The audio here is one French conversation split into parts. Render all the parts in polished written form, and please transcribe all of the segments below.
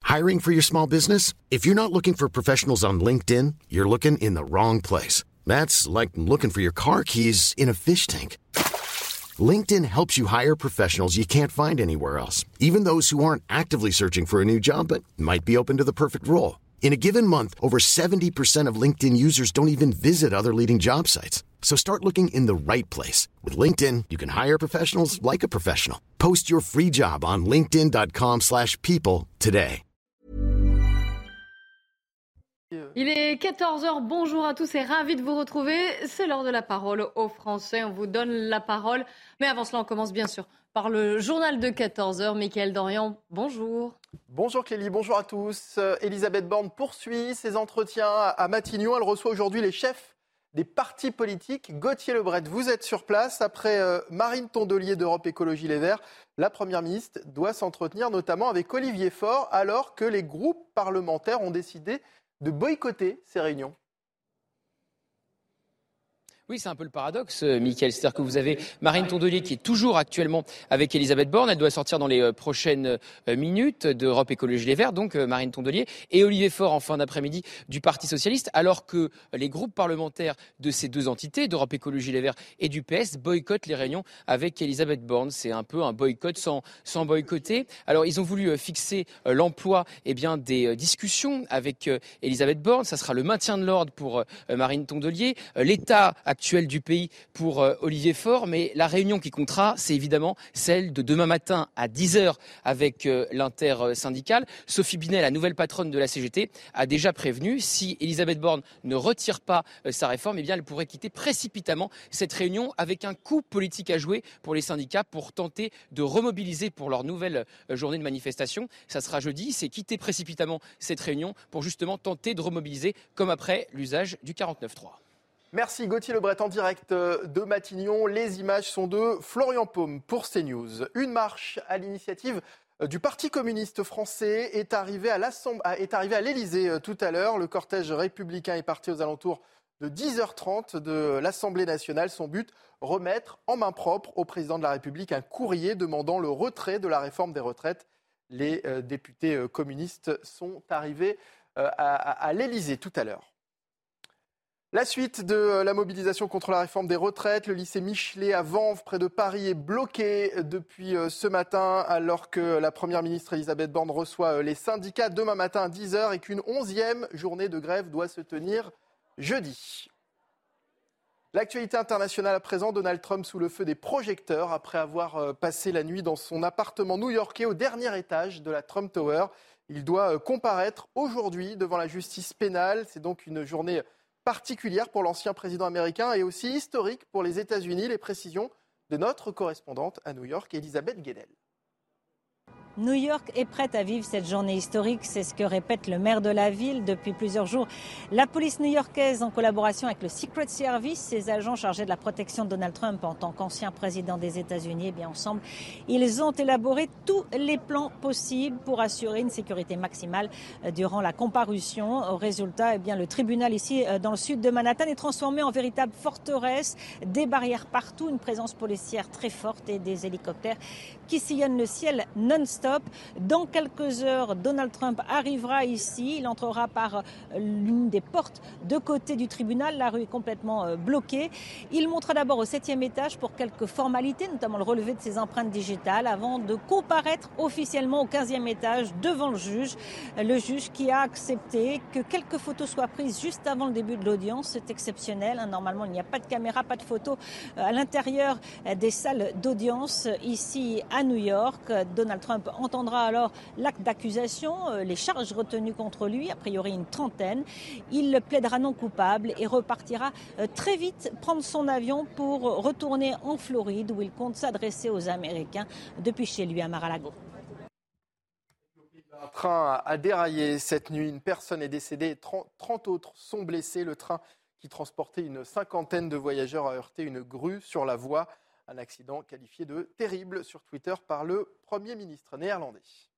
Hiring for your small business? If you're not looking for professionals on LinkedIn, you're looking in the wrong place. That's like looking for your car keys in a fish tank. LinkedIn helps you hire professionals you can't find anywhere else, even those who aren't actively searching for a new job but might be open to the perfect role. In a given month, over 70% of LinkedIn users don't even visit other leading job sites. So start looking in the right place. With LinkedIn, you can hire professionals like a professional. Post your free job on linkedin.com/people today. Il est 14h, bonjour à tous et ravi de vous retrouver. C'est l'heure de la parole aux Français, on vous donne la parole. Mais avant cela, on commence bien sûr par le journal de 14h. Mickaël Dorian, bonjour. Bonjour Clélie, bonjour à tous. Elisabeth Borne poursuit ses entretiens à Matignon. Elle reçoit aujourd'hui les chefs des partis politiques. Gauthier Lebret, vous êtes sur place. Après Marine Tondelier d'Europe Écologie Les Verts, la Première ministre doit s'entretenir notamment avec Olivier Faure alors que les groupes parlementaires ont décidé de boycotter ces réunions. Oui, c'est un peu le paradoxe, Mickaël. C'est-à-dire que vous avez Marine Tondelier qui est toujours actuellement avec Elisabeth Borne. Elle doit sortir dans les prochaines minutes d'Europe Écologie Les Verts, donc Marine Tondelier, et Olivier Faure en fin d'après-midi du Parti Socialiste, alors que les groupes parlementaires de ces deux entités, d'Europe Écologie Les Verts et du PS, boycottent les réunions avec Elisabeth Borne. C'est un peu un boycott sans boycotter. Alors, ils ont voulu fixer l'emploi des discussions avec Elisabeth Borne. Ça sera le maintien de l'ordre pour Marine Tondelier, l'état actuel du pays pour Olivier Faure, mais la réunion qui comptera, c'est évidemment celle de demain matin à 10h avec l'intersyndicale. Sophie Binet, la nouvelle patronne de la CGT, a déjà prévenu, si Elisabeth Borne ne retire pas sa réforme, eh bien elle pourrait quitter précipitamment cette réunion avec un coup politique à jouer pour les syndicats pour tenter de remobiliser pour leur nouvelle journée de manifestation. Ça sera jeudi, c'est quitter précipitamment cette réunion pour justement tenter de remobiliser comme après l'usage du 49.3. Merci Gauthier Lebret en direct de Matignon. Les images sont de Florian Paume pour CNews. Une marche à l'initiative du Parti communiste français est arrivée à l'Élysée tout à l'heure. Le cortège républicain est parti aux alentours de 10h30 de l'Assemblée nationale. Son but, remettre en main propre au président de la République un courrier demandant le retrait de la réforme des retraites. Les députés communistes sont arrivés à l'Élysée tout à l'heure. La suite de la mobilisation contre la réforme des retraites, le lycée Michelet à Vanves, près de Paris, est bloqué depuis ce matin alors que la Première ministre Elisabeth Borne reçoit les syndicats demain matin à 10h et qu'une 11e journée de grève doit se tenir jeudi. L'actualité internationale à présent, Donald Trump sous le feu des projecteurs après avoir passé la nuit dans son appartement new-yorkais au dernier étage de la Trump Tower. Il doit comparaître aujourd'hui devant la justice pénale. C'est donc une journée particulière pour l'ancien président américain et aussi historique pour les États-Unis. Les précisions de notre correspondante à New York, Elisabeth Guedel. New York est prête à vivre cette journée historique, c'est ce que répète le maire de la ville depuis plusieurs jours. La police new-yorkaise, en collaboration avec le Secret Service, ses agents chargés de la protection de Donald Trump en tant qu'ancien président des États-Unis, ensemble, ils ont élaboré tous les plans possibles pour assurer une sécurité maximale durant la comparution. Au résultat, le tribunal ici dans le sud de Manhattan est transformé en véritable forteresse, des barrières partout, une présence policière très forte et des hélicoptères qui sillonnent le ciel non-stop. Dans quelques heures, Donald Trump arrivera ici. Il entrera par l'une des portes de côté du tribunal. La rue est complètement bloquée. Il montera d'abord au 7e étage pour quelques formalités, notamment le relevé de ses empreintes digitales, avant de comparaître officiellement au 15e étage devant le juge. Le juge qui a accepté que quelques photos soient prises juste avant le début de l'audience. C'est exceptionnel. Normalement, il n'y a pas de caméra, pas de photos à l'intérieur des salles d'audience ici à New York. Donald Trump entendra alors l'acte d'accusation, les charges retenues contre lui, a priori une trentaine. Il plaidera non coupable et repartira très vite prendre son avion pour retourner en Floride où il compte s'adresser aux Américains depuis chez lui à Mar-a-Lago. Un train a déraillé cette nuit. Une personne est décédée et 30 autres sont blessés. Le train qui transportait une cinquantaine de voyageurs a heurté une grue sur la voie. Un accident qualifié de terrible sur Twitter par le Premier ministre néerlandais.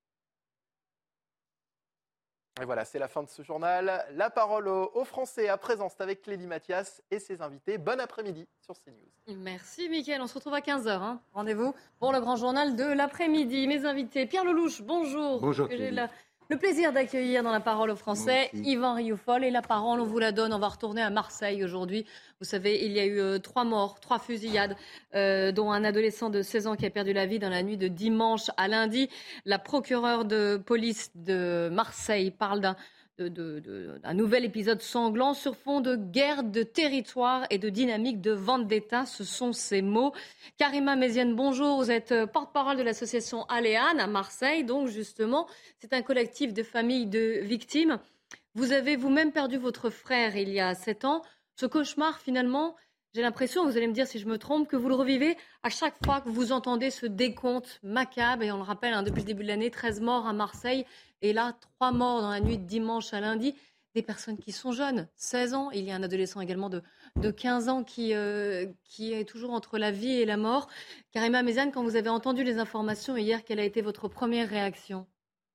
Et voilà, c'est la fin de ce journal. La parole aux Français à présent, c'est avec Clélie Mathias et ses invités. Bon après-midi sur CNews. Merci Mickaël, on se retrouve à 15h. Rendez-vous pour le grand journal de l'après-midi. Mes invités, Pierre Lelouch, bonjour. Bonjour J'ai Le plaisir d'accueillir dans la parole aux Français Yvan Rioufol. Et la parole, on vous la donne. On va retourner à Marseille aujourd'hui. Vous savez, il y a eu 3 morts, 3 fusillades, dont un adolescent de 16 ans qui a perdu la vie dans la nuit de dimanche à lundi. La procureure de police de Marseille parle d'un nouvel épisode sanglant sur fond de guerre de territoire et de dynamique de vendetta. Ce sont ces mots. Karima Méziane, bonjour. Vous êtes porte-parole de l'association Aléane à Marseille. Donc justement, c'est un collectif de familles de victimes. Vous avez vous-même perdu votre frère il y a 7 ans. Ce cauchemar, finalement, j'ai l'impression, vous allez me dire si je me trompe, que vous le revivez à chaque fois que vous entendez ce décompte macabre. Et on le rappelle, depuis le début de l'année, 13 morts à Marseille. Et là, 3 morts dans la nuit de dimanche à lundi. Des personnes qui sont jeunes, 16 ans. Il y a un adolescent également de 15 ans qui est toujours entre la vie et la mort. Karima Méziane, quand vous avez entendu les informations hier, quelle a été votre première réaction ?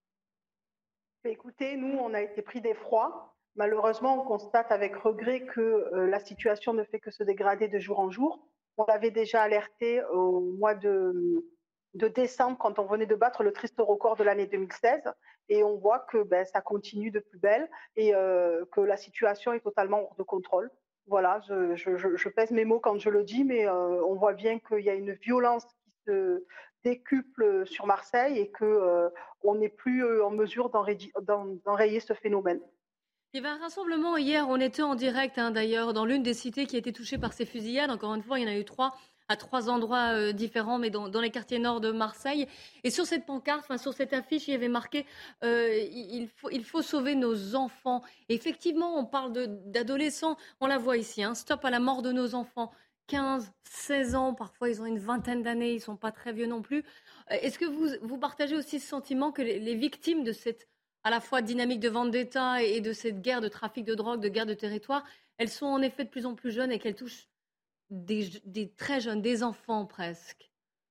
Écoutez, nous, on a été pris d'effroi. Malheureusement, on constate avec regret que la situation ne fait que se dégrader de jour en jour. On l'avait déjà alerté au mois de décembre, quand on venait de battre le triste record de l'année 2016. Et on voit que ça continue de plus belle et que la situation est totalement hors de contrôle. Voilà, je pèse mes mots quand je le dis, mais on voit bien qu'il y a une violence qui se décuple sur Marseille et qu'on n'est plus en mesure d'enrayer ce phénomène. Il y avait un rassemblement hier, on était en direct d'ailleurs, dans l'une des cités qui a été touchée par ces fusillades. Encore une fois, il y en a eu 3 à 3 endroits différents, mais dans les quartiers nord de Marseille. Et sur cette pancarte, sur cette affiche, il y avait marqué il faut sauver nos enfants. Et effectivement, on parle d'adolescents, on la voit ici, stop à la mort de nos enfants. 15, 16 ans, parfois ils ont une vingtaine d'années, ils ne sont pas très vieux non plus. Est-ce que vous partagez aussi ce sentiment que les victimes de cette à la fois dynamique de vendetta et de cette guerre de trafic de drogue, de guerre de territoire, elles sont en effet de plus en plus jeunes et qu'elles touchent des très jeunes, des enfants presque?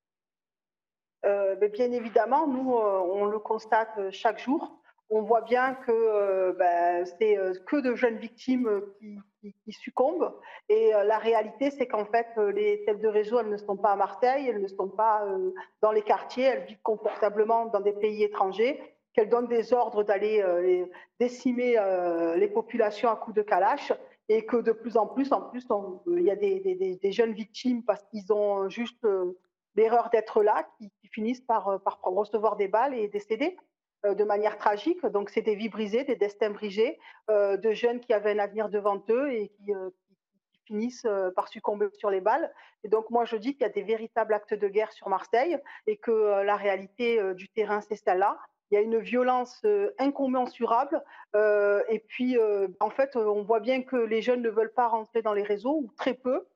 Mais bien évidemment, nous, on le constate chaque jour. On voit bien que c'est que de jeunes victimes qui succombent. Et la réalité, c'est qu'en fait, les têtes de réseau, elles ne sont pas à Marseille, elles ne sont pas dans les quartiers, elles vivent confortablement dans des pays étrangers, qu'elles donnent des ordres d'aller décimer les populations à coups de calache. Et que de plus en plus, il y a des jeunes victimes parce qu'ils ont juste l'erreur d'être là, qui finissent par recevoir des balles et décéder de manière tragique. Donc, c'est des vies brisées, des destins brisés, de jeunes qui avaient un avenir devant eux et qui finissent par succomber sur les balles. Et donc, moi, je dis qu'il y a des véritables actes de guerre sur Marseille et que la réalité du terrain, c'est celle-là. Il y a une violence incommensurable. Et puis, en fait, on voit bien que les jeunes ne veulent pas rentrer dans les réseaux, ou très peu,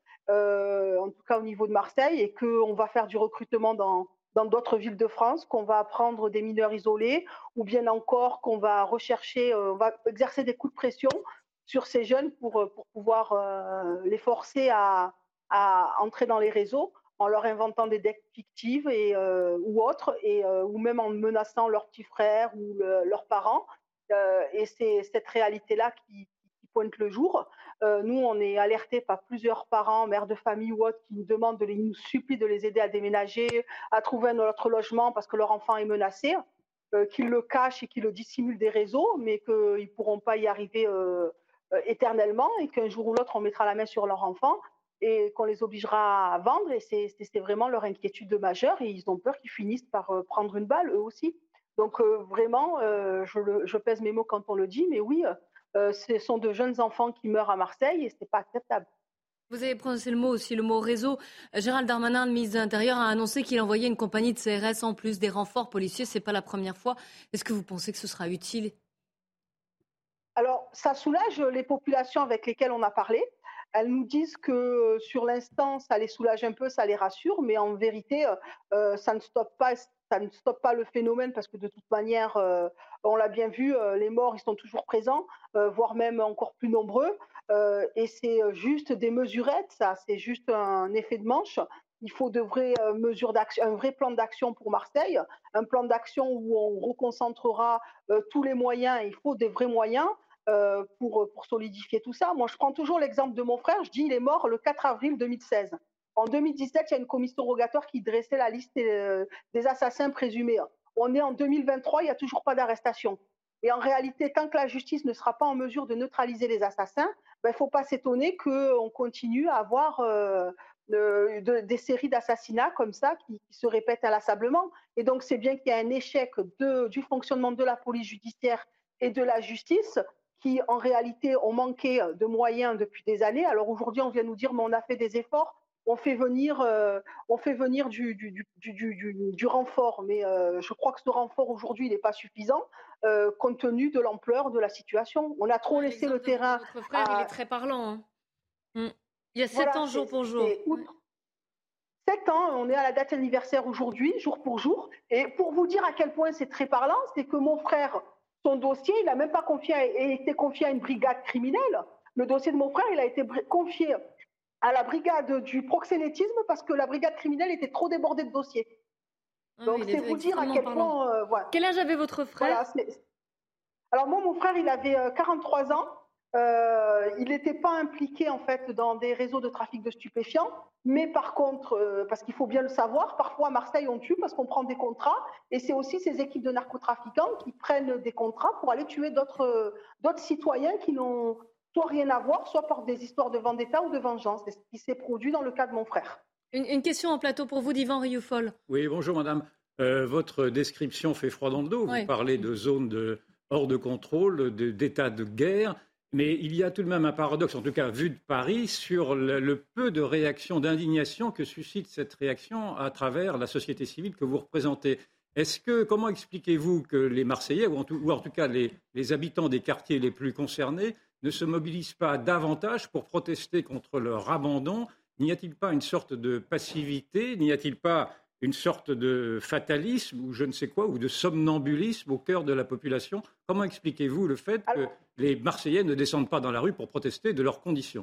en tout cas au niveau de Marseille, et qu'on va faire du recrutement dans d'autres villes de France, qu'on va prendre des mineurs isolés, ou bien encore qu'on va rechercher, on va exercer des coups de pression sur ces jeunes pour pouvoir les forcer à entrer dans les réseaux, en leur inventant des decks fictives ou autres, ou même en menaçant leurs petits frères ou leurs parents. Et c'est cette réalité-là qui pointe le jour. Nous, on est alertés par plusieurs parents, mères de famille ou autres, qui nous supplient de les aider à déménager, à trouver un autre logement parce que leur enfant est menacé, qu'ils le cachent et qu'ils le dissimulent des réseaux, mais qu'ils ne pourront pas y arriver éternellement et qu'un jour ou l'autre, on mettra la main sur leur enfant et qu'on les obligera à vendre. Et c'est vraiment leur inquiétude majeure et ils ont peur qu'ils finissent par prendre une balle, eux aussi. Donc vraiment, je pèse mes mots quand on le dit, mais oui, ce sont de jeunes enfants qui meurent à Marseille et ce n'est pas acceptable. Vous avez prononcé le mot aussi, le mot réseau. Gérald Darmanin, le ministre de l'Intérieur, a annoncé qu'il envoyait une compagnie de CRS en plus, des renforts policiers. Ce n'est pas la première fois. Est-ce que vous pensez que ce sera utile ? Alors, ça soulage les populations avec lesquelles on a parlé. Elles nous disent que sur l'instant, ça les soulage un peu, ça les rassure, mais en vérité, ça ne stoppe pas le phénomène parce que de toute manière, on l'a bien vu, les morts, ils sont toujours présents, voire même encore plus nombreux. Et c'est juste des mesurettes, ça, c'est juste un effet de manche. Il faut de vraies mesures d'action, un vrai plan d'action pour Marseille, un plan d'action où on reconcentrera tous les moyens. Il faut des vrais moyens pour solidifier tout ça. Moi, je prends toujours l'exemple de mon frère. Je dis, il est mort le 4 avril 2016. En 2017, il y a une commission rogatoire qui dressait la liste des assassins présumés. On est en 2023, il n'y a toujours pas d'arrestation. Et en réalité, tant que la justice ne sera pas en mesure de neutraliser les assassins, il ne faut pas s'étonner qu'on continue à avoir des séries d'assassinats comme ça qui se répètent inlassablement. Et donc, c'est bien qu'il y a un échec du fonctionnement de la police judiciaire et de la justice qui, en réalité, ont manqué de moyens depuis des années. Alors aujourd'hui, on vient nous dire, mais on a fait des efforts. On fait venir du renfort, mais je crois que ce renfort aujourd'hui n'est pas suffisant compte tenu de l'ampleur de la situation. On a trop laissé le terrain. Votre frère, il est très parlant. Il y a 7 ans jour pour jour. 7 ans, on est à la date anniversaire aujourd'hui, jour pour jour. Et pour vous dire à quel point c'est très parlant, c'est que mon frère, son dossier, il n'a même pas été confié à une brigade criminelle. Le dossier de mon frère, il a été confié à la brigade du proxénétisme parce que la brigade criminelle était trop débordée de dossiers. Donc c'est vous dire à quel point... voilà. Quel âge avait votre frère? Alors moi, mon frère, il avait 43 ans. Il n'était pas impliqué en fait dans des réseaux de trafic de stupéfiants, mais par contre, parce qu'il faut bien le savoir, parfois à Marseille on tue parce qu'on prend des contrats, et c'est aussi ces équipes de narcotrafiquants qui prennent des contrats pour aller tuer d'autres citoyens qui n'ont soit rien à voir, soit par des histoires de vendetta ou de vengeance. C'est ce qui s'est produit dans le cas de mon frère. Une question en plateau pour vous d'Yvan Rioufol. Oui, bonjour madame. Votre description fait froid dans le dos. Vous parlez de zones hors de contrôle, d'état de guerre. Mais il y a tout de même un paradoxe, en tout cas vu de Paris, sur le peu de réaction, d'indignation que suscite cette réaction à travers la société civile que vous représentez. Comment expliquez-vous que les Marseillais, ou en tout cas les habitants des quartiers les plus concernés, ne se mobilisent pas davantage pour protester contre leur abandon? N'y a-t-il pas une sorte de passivité? N'y a-t-il pas une sorte de fatalisme ou je ne sais quoi, ou de somnambulisme au cœur de la population? Comment expliquez-vous le fait que les Marseillais ne descendent pas dans la rue pour protester de leurs conditions?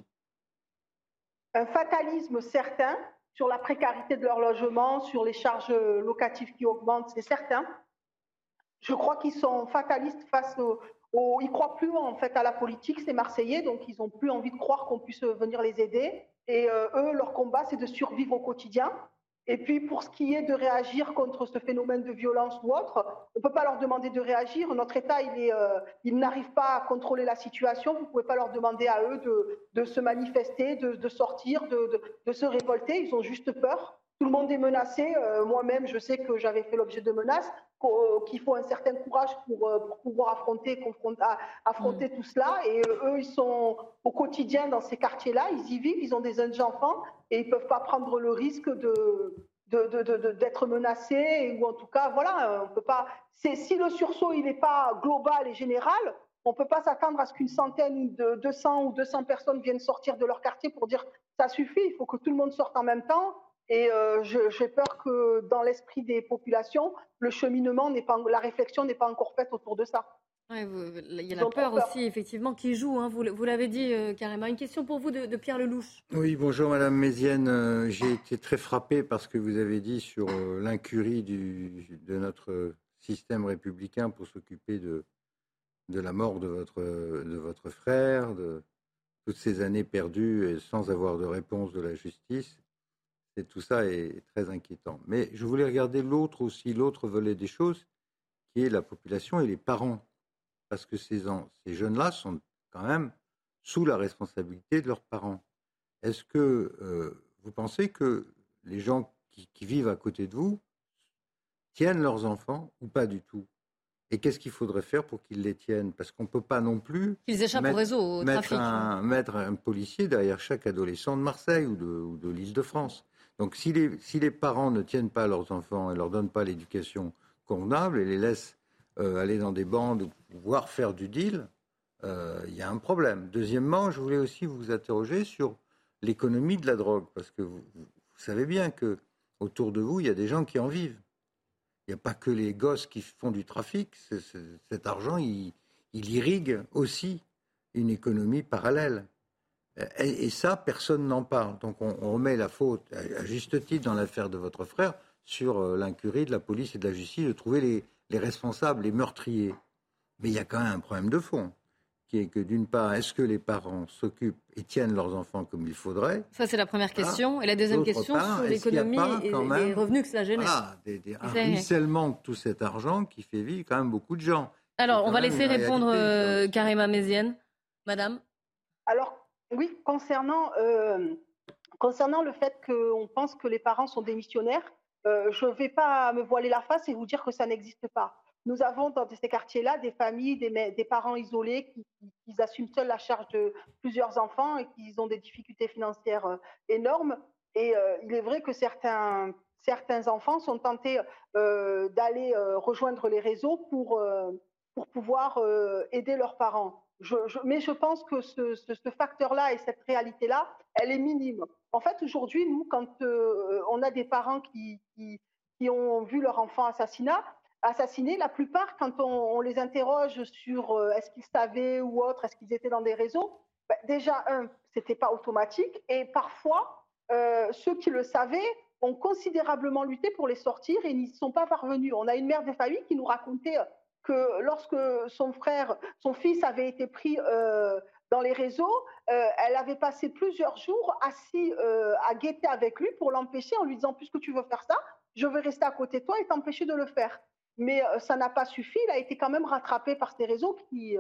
Un fatalisme certain sur la précarité de leur logement, sur les charges locatives qui augmentent, c'est certain. Je crois qu'ils sont fatalistes face ils croient plus en fait à la politique, ces Marseillais, donc ils n'ont plus envie de croire qu'on puisse venir les aider. Et eux, leur combat, c'est de survivre au quotidien. Et puis, pour ce qui est de réagir contre ce phénomène de violence ou autre, on ne peut pas leur demander de réagir. Notre État, il n'arrive pas à contrôler la situation. Vous ne pouvez pas leur demander à eux de se manifester, de sortir, de se révolter. Ils ont juste peur. Tout le monde est menacé. Moi-même, je sais que j'avais fait l'objet de menaces, qu'il faut un certain courage pour pouvoir affronter tout cela. Et eux, ils sont au quotidien dans ces quartiers-là. Ils y vivent, ils ont des jeunes enfants et ils ne peuvent pas prendre le risque d'être menacés. Ou en tout cas, voilà, on peut pas. Si le sursaut il n'est pas global et général, on ne peut pas s'attendre à ce qu'une centaine de 200 ou 200 personnes viennent sortir de leur quartier pour dire ça suffit, il faut que tout le monde sorte en même temps. Et j'ai peur que dans l'esprit des populations, le cheminement la réflexion n'est pas encore faite autour de ça. Ouais, il y a la peur aussi, effectivement, qui joue. Hein, vous l'avez dit carrément. Une question pour vous de Pierre Lelouch. Oui, bonjour Madame Mézienne. J'ai été très frappé par ce que vous avez dit sur l'incurie de notre système républicain pour s'occuper de la mort de votre frère, de toutes ces années perdues et sans avoir de réponse de la justice. Et tout ça est très inquiétant. Mais je voulais regarder l'autre volet des choses, qui est la population et les parents. Parce que ces jeunes-là sont quand même sous la responsabilité de leurs parents. Est-ce que vous pensez que les gens qui vivent à côté de vous tiennent leurs enfants ou pas du tout? Et qu'est-ce qu'il faudrait faire pour qu'ils les tiennent? Parce qu'on ne peut pas non plus qu'ils échappent au réseau, au trafic. Mettre un policier derrière chaque adolescent de Marseille ou de l'Île-de-France. Donc si les parents ne tiennent pas leurs enfants et ne leur donnent pas l'éducation convenable et les laissent aller dans des bandes, voire faire du deal, il y a un problème. Deuxièmement, je voulais aussi vous interroger sur l'économie de la drogue, parce que vous savez bien qu'autour de vous, il y a des gens qui en vivent. Il n'y a pas que les gosses qui font du trafic. Cet argent, il irrigue aussi une économie parallèle. Et ça, personne n'en parle. Donc on remet la faute, à juste titre, dans l'affaire de votre frère, sur l'incurie de la police et de la justice de trouver les responsables, les meurtriers. Mais il y a quand même un problème de fond, qui est que d'une part, est-ce que les parents s'occupent et tiennent leurs enfants comme il faudrait? Ça, c'est la première question. Et la deuxième question, sur l'économie et les revenus que cela génère. Un ruissellement de tout cet argent qui fait vivre quand même beaucoup de gens. Alors, on va laisser répondre Karima Méziane. Madame. Alors, oui, concernant le fait qu'on pense que les parents sont démissionnaires, je ne vais pas me voiler la face et vous dire que ça n'existe pas. Nous avons dans ces quartiers-là des familles, des parents isolés qui assument seuls la charge de plusieurs enfants et qui ont des difficultés financières énormes. Et il est vrai que certains enfants sont tentés d'aller rejoindre les réseaux pour pouvoir aider leurs parents. Mais je pense que ce facteur-là et cette réalité-là, elle est minime. En fait, aujourd'hui, nous, quand on a des parents qui ont vu leur enfant assassiné, la plupart, quand on les interroge sur est-ce qu'ils savaient ou autre, est-ce qu'ils étaient dans des réseaux, déjà, c'était pas automatique. Et parfois, ceux qui le savaient ont considérablement lutté pour les sortir et n'y sont pas parvenus. On a une mère de famille qui nous racontait que lorsque son fils avait été pris dans les réseaux, elle avait passé plusieurs jours assis à guetter avec lui pour l'empêcher en lui disant « puisque tu veux faire ça, je vais rester à côté de toi et t'empêcher de le faire ». Mais ça n'a pas suffi, il a été quand même rattrapé par ces réseaux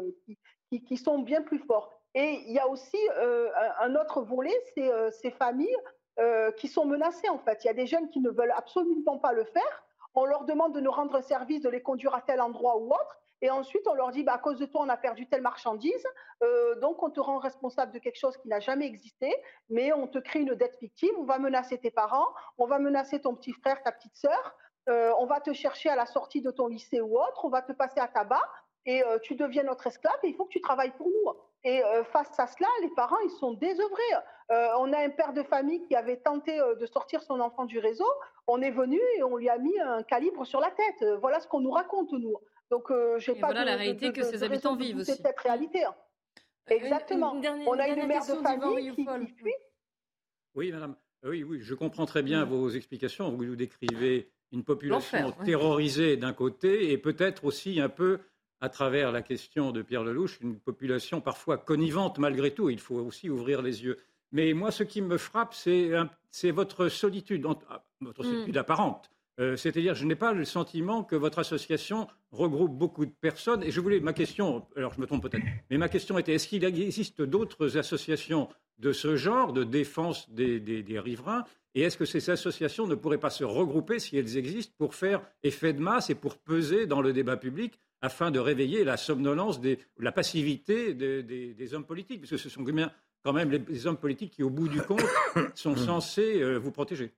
qui sont bien plus forts. Et il y a aussi un autre volet, c'est ces familles qui sont menacées en fait. Il y a des jeunes qui ne veulent absolument pas le faire. On leur demande de nous rendre un service, de les conduire à tel endroit ou autre. Et ensuite, on leur dit, à cause de toi, on a perdu telle marchandise. Donc, on te rend responsable de quelque chose qui n'a jamais existé. Mais on te crée une dette fictive. On va menacer tes parents. On va menacer ton petit frère, ta petite sœur. On va te chercher à la sortie de ton lycée ou autre. On va te passer à tabac. Et tu deviens notre esclave et il faut que tu travailles pour nous. Et face à cela, les parents, ils sont désœuvrés. On a un père de famille qui avait tenté de sortir son enfant du réseau. On est venu et on lui a mis un calibre sur la tête. Voilà ce qu'on nous raconte, nous. Donc, j'ai pas voilà la réalité que ces habitants vivent aussi. C'est cette réalité. Exactement. On a une mère de famille qui fuit. Oui, madame. Oui, je comprends très bien vos explications. Vous nous décrivez une population terrorisée d'un côté et peut-être aussi un peu, à travers la question de Pierre Lelouch, une population parfois connivente malgré tout. Il faut aussi ouvrir les yeux. Mais moi, ce qui me frappe, c'est votre solitude apparente. C'est-à-dire, je n'ai pas le sentiment que votre association regroupe beaucoup de personnes. Et ma question, alors je me trompe peut-être, mais ma question était, est-ce qu'il existe d'autres associations de ce genre, de défense des riverains? Et est-ce que ces associations ne pourraient pas se regrouper, si elles existent, pour faire effet de masse et pour peser dans le débat public afin de réveiller la somnolence, la passivité des hommes politiques? Parce que ce sont quand même les hommes politiques qui, au bout du compte, sont censés vous protéger.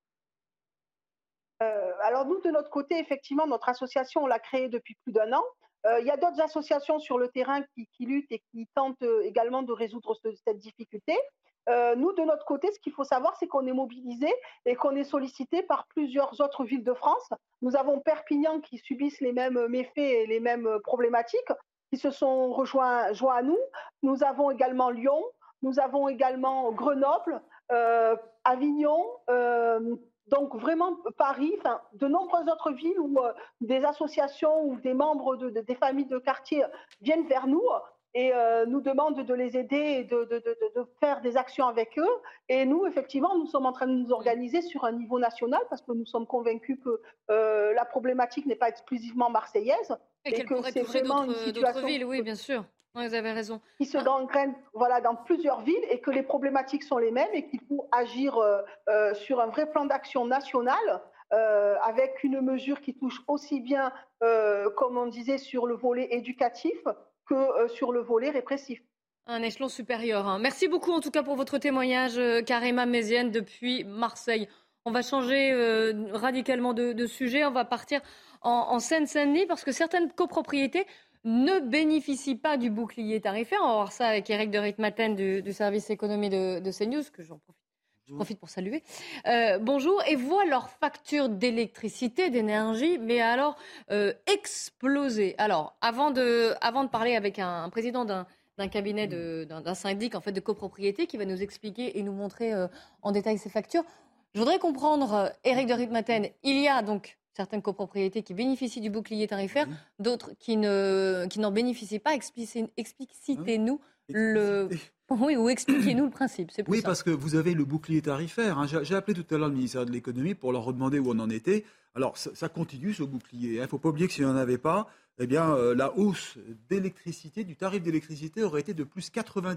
Alors nous, de notre côté, effectivement, notre association, on l'a créée depuis plus d'1 an. Il y a d'autres associations sur le terrain qui luttent et qui tentent également de résoudre cette difficulté. Nous, de notre côté, ce qu'il faut savoir, c'est qu'on est mobilisé et qu'on est sollicité par plusieurs autres villes de France. Nous avons Perpignan qui subissent les mêmes méfaits et les mêmes problématiques, qui se sont joints à nous. Nous avons également Lyon, nous avons également Grenoble, Avignon, donc vraiment Paris, de nombreuses autres villes où des associations ou des membres des familles de quartier viennent vers nous et nous demandent de les aider et de faire des actions avec eux. Et nous, effectivement, nous sommes en train de nous organiser sur un niveau national parce que nous sommes convaincus que la problématique n'est pas exclusivement marseillaise. Et qu'elle pourrait toucher d'autres villes, oui, bien sûr. Oui, vous avez raison. Qui se gangrène dans plusieurs villes et que les problématiques sont les mêmes et qu'il faut agir sur un vrai plan d'action national avec une mesure qui touche aussi bien, comme on disait, sur le volet éducatif que sur le volet répressif. Un échelon supérieur. Merci beaucoup en tout cas pour votre témoignage, Karima Méziane depuis Marseille. On va changer radicalement de sujet. On va partir en Seine-Saint-Denis parce que certaines copropriétés ne bénéficient pas du bouclier tarifaire. On va voir ça avec Éric de Ritmaten du service économie de CNews, que je profite pour saluer. Bonjour, et voient leur facture d'électricité, d'énergie, mais alors exploser. Alors, avant de parler avec un président d'un cabinet, d'un syndic en fait, de copropriété qui va nous expliquer et nous montrer en détail ces factures, je voudrais comprendre, Éric de Ritmaten, il y a donc certaines copropriétés qui bénéficient du bouclier tarifaire, d'autres qui n'en bénéficient pas. Explicitez-nous ou expliquez-nous le principe. C'est oui, parce que vous avez le bouclier tarifaire. J'ai appelé tout à l'heure le ministère de l'économie pour leur demander où on en était. Alors, ça continue, ce bouclier. Il ne faut pas oublier que s'il n'y en avait pas, eh bien, la hausse d'électricité, du tarif d'électricité aurait été de plus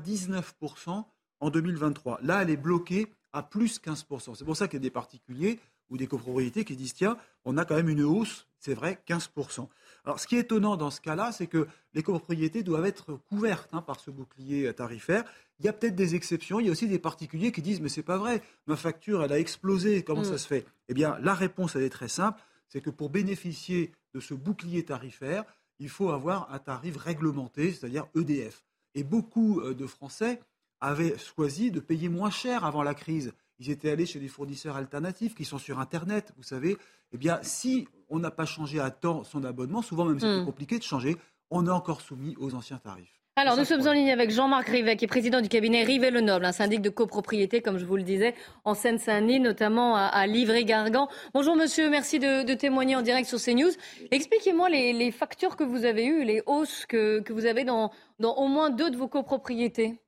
99% en 2023. Là, elle est bloquée à plus 15%. C'est pour ça qu'il y a des particuliers ou des copropriétés qui disent, tiens, on a quand même une hausse, c'est vrai, 15%. Alors, ce qui est étonnant dans ce cas-là, c'est que les copropriétés doivent être couvertes par ce bouclier tarifaire. Il y a peut-être des exceptions. Il y a aussi des particuliers qui disent, mais c'est pas vrai, ma facture, elle a explosé, comment ça se fait ? Eh bien, la réponse, elle est très simple, c'est que pour bénéficier de ce bouclier tarifaire, il faut avoir un tarif réglementé, c'est-à-dire EDF. Et beaucoup de Français avaient choisi de payer moins cher avant la crise. Ils étaient allés chez des fournisseurs alternatifs qui sont sur Internet, vous savez. Eh bien, si on n'a pas changé à temps son abonnement, souvent même c'est plus compliqué de changer, on est encore soumis aux anciens tarifs. Alors, nous sommes en ligne avec Jean-Marc Rivet, qui est président du cabinet Rivet-Lenoble, un syndic de copropriété, comme je vous le disais, en Seine-Saint-Denis, notamment à Livry-Gargan. Bonjour monsieur, merci de témoigner en direct sur CNews. Expliquez-moi les factures que vous avez eues, les hausses que vous avez dans au moins 2 de vos copropriétés.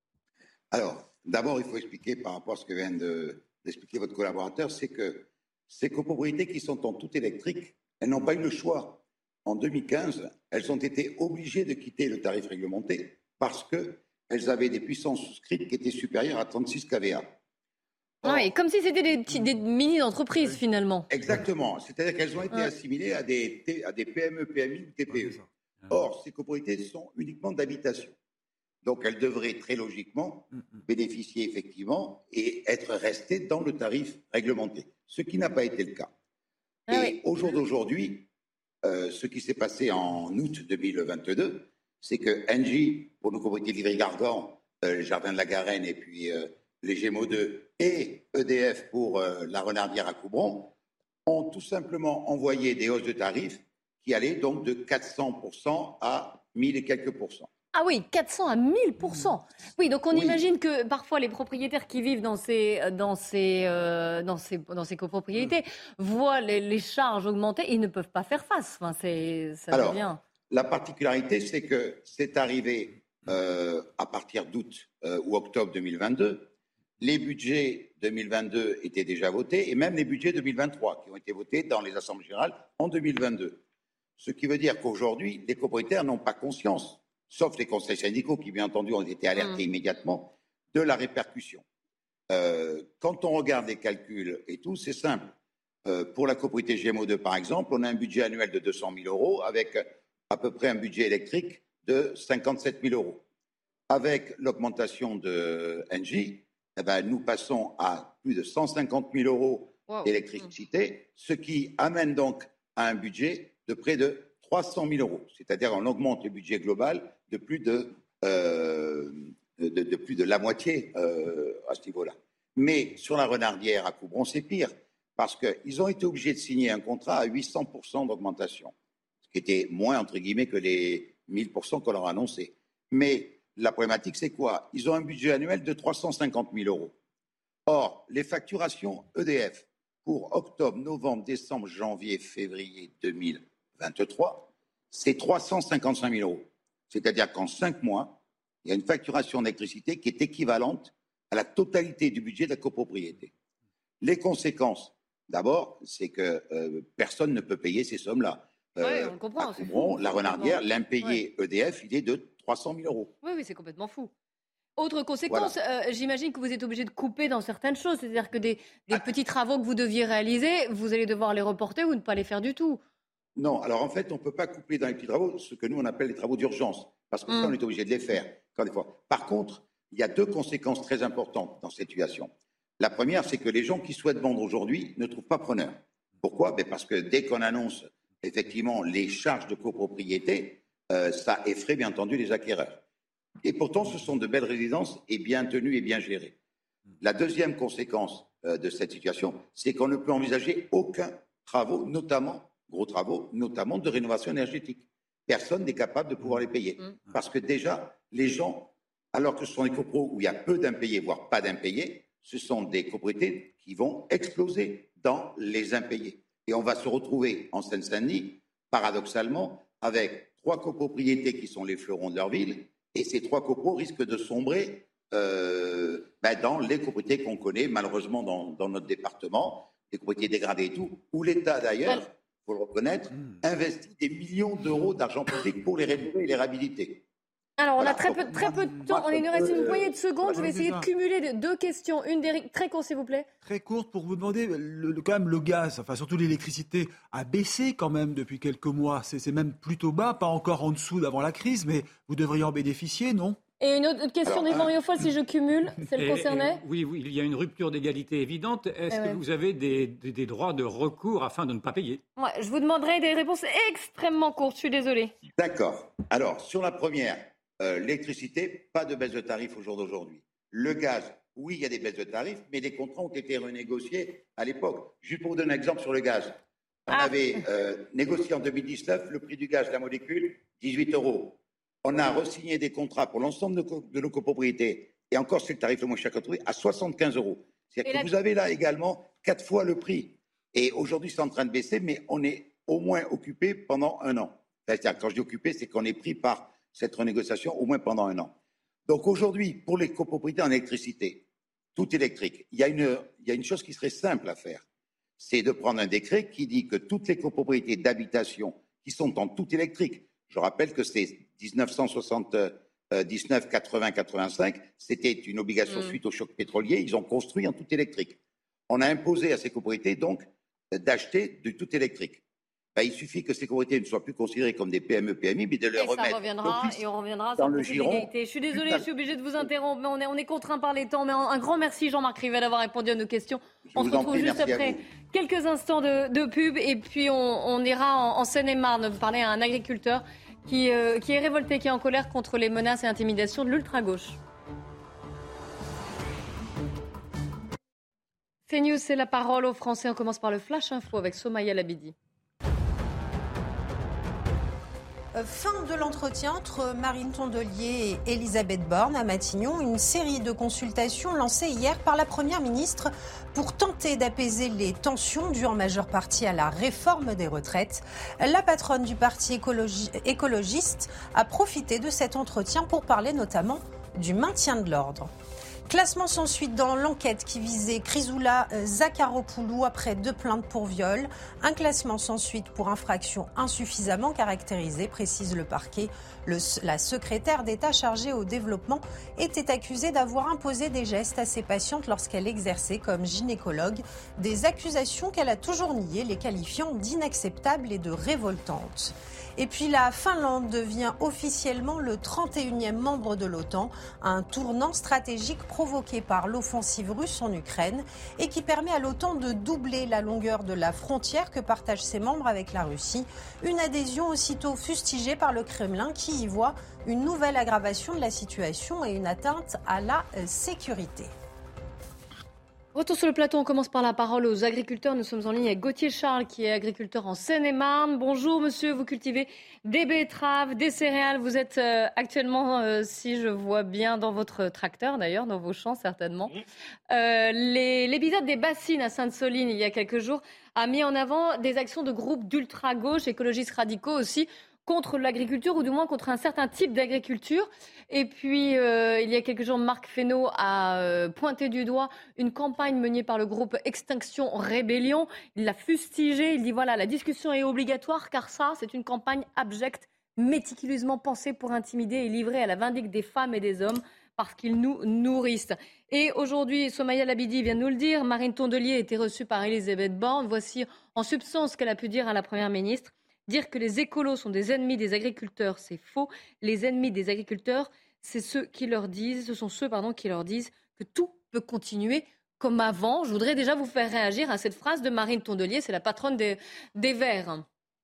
Alors, d'abord, il faut expliquer par rapport à ce que vient d'expliquer votre collaborateur, c'est que ces copropriétés qui sont en tout électrique, elles n'ont pas eu le choix. En 2015, elles ont été obligées de quitter le tarif réglementé parce qu'elles avaient des puissances souscrites qui étaient supérieures à 36 kVA. Oui, comme si c'était des mini-entreprises finalement. Exactement, c'est-à-dire qu'elles ont été assimilées à des PME, PMI ou TPE. Or, ces copropriétés sont uniquement d'habitation. Donc, elles devraient très logiquement bénéficier effectivement et être restées dans le tarif réglementé, ce qui n'a pas été le cas. Au jour d'aujourd'hui, ce qui s'est passé en août 2022, c'est que Engie, pour nos copropriétés Livry-Gargan, les Jardins de la Garenne et puis les Gémeaux 2 et EDF pour la Renardière à Coubron, ont tout simplement envoyé des hausses de tarifs qui allaient donc de 400% à 1000 et quelques pourcents. Ah oui, 400 à 1000%. Oui, donc on imagine que parfois les propriétaires qui vivent dans ces copropriétés voient les charges augmenter et ils ne peuvent pas faire face. Enfin, Alors, devient... la particularité, c'est que c'est arrivé à partir d'août ou octobre 2022. Les budgets 2022 étaient déjà votés et même les budgets 2023 qui ont été votés dans les assemblées générales en 2022. Ce qui veut dire qu'aujourd'hui, les propriétaires n'ont pas conscience, sauf les conseils syndicaux qui, bien entendu, ont été alertés immédiatement, de la répercussion. Quand on regarde les calculs et tout, c'est simple. Pour la copropriété Gémeaux 2, par exemple, on a un budget annuel de 200 000 € avec à peu près un budget électrique de 57 000 €. Avec l'augmentation de Engie, nous passons à plus de 150 000 € d'électricité, ce qui amène donc à un budget de près de 300 000 €. C'est-à-dire qu'on augmente le budget global de plus de la moitié à ce niveau-là. Mais sur la Renardière à Coubron, c'est pire, parce qu'ils ont été obligés de signer un contrat à 800% d'augmentation, ce qui était moins, entre guillemets, que les 1000% qu'on leur a annoncé. Mais la problématique, c'est quoi ? Ils ont un budget annuel de 350 000 €. Or, les facturations EDF pour octobre, novembre, décembre, janvier, février 2023, c'est 355 000 €. C'est-à-dire qu'en 5 mois, il y a une facturation d'électricité qui est équivalente à la totalité du budget de la copropriété. Les conséquences, d'abord, c'est que personne ne peut payer ces sommes-là. Oui, on comprend. À Coubron, la Renardière, l'impayé EDF, il est de 300 000 €. Oui, c'est complètement fou. Autre conséquence, j'imagine que vous êtes obligé de couper dans certaines choses. C'est-à-dire que des petits travaux que vous deviez réaliser, vous allez devoir les reporter ou ne pas les faire du tout. Non, alors en fait, on ne peut pas couper dans les petits travaux ce que nous, on appelle les travaux d'urgence, parce que ça, on est obligé de les faire. Par contre, il y a 2 conséquences très importantes dans cette situation. La première, c'est que les gens qui souhaitent vendre aujourd'hui ne trouvent pas preneur. Pourquoi ? Parce que dès qu'on annonce effectivement les charges de copropriété, ça effraie bien entendu les acquéreurs. Et pourtant, ce sont de belles résidences et bien tenues et bien gérées. La deuxième conséquence de cette situation, c'est qu'on ne peut envisager aucun travaux, gros travaux, notamment de rénovation énergétique. Personne n'est capable de pouvoir les payer. Parce que déjà, les gens, alors que ce sont des copros où il y a peu d'impayés, voire pas d'impayés, ce sont des copropriétés qui vont exploser dans les impayés. Et on va se retrouver en Seine-Saint-Denis, paradoxalement, avec 3 copropriétés qui sont les fleurons de leur ville, et ces 3 copros risquent de sombrer dans les copropriétés qu'on connaît malheureusement dans notre département, les copropriétés dégradées et tout, où l'État d'ailleurs, il faut le reconnaître, investi des millions d'euros d'argent public pour les rénover et les réhabiliter. Alors, on Voilà. a très peu de temps. Il nous reste une poignée de secondes. Je vais essayer de cumuler deux questions. Une d'Éric, très courte, s'il vous plaît. Très courte pour vous demander, quand même, le gaz, enfin surtout l'électricité, a baissé quand même depuis quelques mois. C'est même plutôt bas, pas encore en dessous d'avant la crise, mais vous devriez en bénéficier, non ? Et une autre question d'Yvan Riofol, si je cumule, celle concernée. Oui, il y a une rupture d'égalité évidente. Est-ce que vous avez des droits de recours afin de ne pas payer ? Ouais, je vous demanderai des réponses extrêmement courtes, je suis désolée. D'accord. Alors, sur la première, l'électricité, pas de baisse de tarifs au jour d'aujourd'hui. Le gaz, oui, il y a des baisses de tarifs, mais les contrats ont été renégociés à l'époque. Juste pour vous donner un exemple sur le gaz. On avait négocié en 2019 le prix du gaz, la molécule, 18 €. On a re-signé des contrats pour l'ensemble de nos copropriétés, et encore c'est le tarif le moins cher qu'on trouve, à 75 €. C'est-à-dire que vous avez là également 4 fois le prix. Et aujourd'hui, c'est en train de baisser, mais on est au moins occupé pendant un an. C'est-à-dire, quand je dis occupé, c'est qu'on est pris par cette renégociation au moins pendant un an. Donc aujourd'hui, pour les copropriétés en électricité, tout électrique, il y a une chose qui serait simple à faire. C'est de prendre un décret qui dit que toutes les copropriétés d'habitation qui sont en tout électrique, je rappelle que c'est 1979, 80, 85, c'était une obligation suite au choc pétrolier, ils ont construit en tout électrique. On a imposé à ces copropriétés donc d'acheter du tout électrique. Il suffit que ces copropriétés ne soient plus considérées comme des PME, PMI, mais de les remettre on reviendra dans sur le giron. Je suis désolée, je suis obligée de vous interrompre, mais on est contraint par les temps. Mais un grand merci Jean-Marc Rivel d'avoir répondu à nos questions. On se retrouve juste après quelques instants de pub et puis on ira en Seine-et-Marne parler à un agriculteur qui est révolté, qui est en colère contre les menaces et intimidations de l'ultra-gauche. CNews, c'est la parole aux Français. On commence par le Flash Info avec Somaya Labidi. Fin de l'entretien entre Marine Tondelier et Elisabeth Borne à Matignon. Une série de consultations lancées hier par la Première ministre pour tenter d'apaiser les tensions dues en majeure partie à la réforme des retraites. La patronne du parti écologiste a profité de cet entretien pour parler notamment du maintien de l'ordre. Classement sans suite dans l'enquête qui visait Chrysoula Zakharopoulou après 2 plaintes pour viol. Un classement sans suite pour infraction insuffisamment caractérisée, précise le parquet. La secrétaire d'État chargée au développement était accusée d'avoir imposé des gestes à ses patientes lorsqu'elle exerçait comme gynécologue. Des accusations qu'elle a toujours niées, les qualifiant d'inacceptables et de révoltantes. Et puis la Finlande devient officiellement le 31e membre de l'OTAN, un tournant stratégique provoqué par l'offensive russe en Ukraine et qui permet à l'OTAN de doubler la longueur de la frontière que partagent ses membres avec la Russie. Une adhésion aussitôt fustigée par le Kremlin qui y voit une nouvelle aggravation de la situation et une atteinte à la sécurité. Retour sur le plateau, on commence par la parole aux agriculteurs. Nous sommes en ligne avec Gauthier Charles qui est agriculteur en Seine-et-Marne. Bonjour monsieur, vous cultivez des betteraves, des céréales. Vous êtes actuellement, si je vois bien, dans votre tracteur d'ailleurs, dans vos champs certainement. L'épisode des bassines à Sainte-Soline il y a quelques jours a mis en avant des actions de groupes d'ultra-gauche, écologistes radicaux aussi, contre l'agriculture ou du moins contre un certain type d'agriculture. Et puis, il y a quelques jours, Marc Fesneau a pointé du doigt une campagne menée par le groupe Extinction Rébellion. Il l'a fustigé, il dit voilà, la discussion est obligatoire car ça, c'est une campagne abjecte, méticuleusement pensée pour intimider et livrer à la vindicte des femmes et des hommes parce qu'ils nous nourrissent. Et aujourd'hui, Somaya Labidi vient de nous le dire, Marine Tondelier a été reçue par Elisabeth Borne. Voici en substance ce qu'elle a pu dire à la Première ministre. Dire que les écolos sont des ennemis des agriculteurs, c'est faux. Les ennemis des agriculteurs, ce sont ceux qui leur disent que tout peut continuer comme avant. Je voudrais déjà vous faire réagir à cette phrase de Marine Tondelier, c'est la patronne des Verts.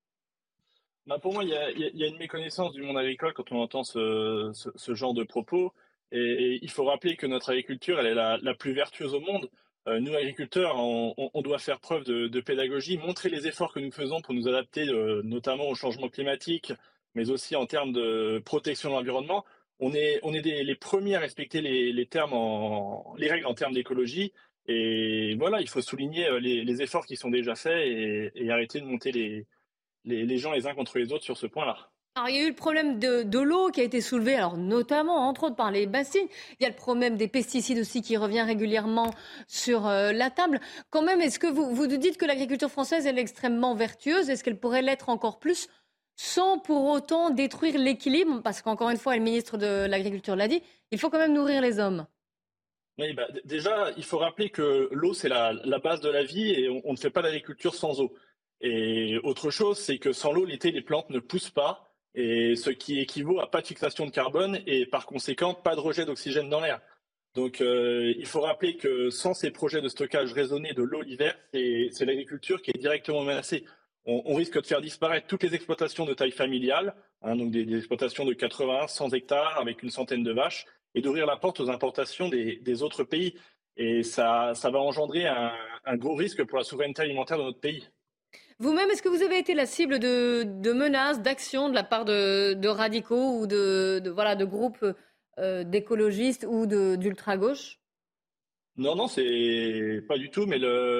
Pour moi, il y a une méconnaissance du monde agricole quand on entend ce genre de propos. Et il faut rappeler que notre agriculture, elle est la plus vertueuse au monde. Nous, agriculteurs, on doit faire preuve de pédagogie, montrer les efforts que nous faisons pour nous adapter notamment au changement climatique, mais aussi en termes de protection de l'environnement. On est les premiers à respecter les règles en termes d'écologie. Et voilà, il faut souligner les efforts qui sont déjà faits et arrêter de monter les gens les uns contre les autres sur ce point-là. Alors, il y a eu le problème de l'eau qui a été soulevé, alors notamment, entre autres, par les bassines. Il y a le problème des pesticides aussi qui revient régulièrement sur la table. Quand même, est-ce que vous dites que l'agriculture française elle est extrêmement vertueuse? Est-ce qu'elle pourrait l'être encore plus sans pour autant détruire l'équilibre? Parce qu'encore une fois, le ministre de l'Agriculture l'a dit, il faut quand même nourrir les hommes. Oui, déjà, il faut rappeler que l'eau, c'est la base de la vie et on ne fait pas d'agriculture sans eau. Et autre chose, c'est que sans l'eau, l'été, les plantes ne poussent pas. Et ce qui équivaut à pas de fixation de carbone et par conséquent pas de rejet d'oxygène dans l'air. Donc il faut rappeler que sans ces projets de stockage raisonné de l'eau l'hiver, c'est l'agriculture qui est directement menacée. On risque de faire disparaître toutes les exploitations de taille familiale, donc des exploitations de 80, 100 hectares avec une centaine de vaches, et d'ouvrir la porte aux importations des autres pays. Et ça va engendrer un gros risque pour la souveraineté alimentaire de notre pays. Vous-même, est-ce que vous avez été la cible de menaces, d'actions de la part de radicaux ou de groupes d'écologistes ou d'ultra-gauche? Non, c'est pas du tout, mais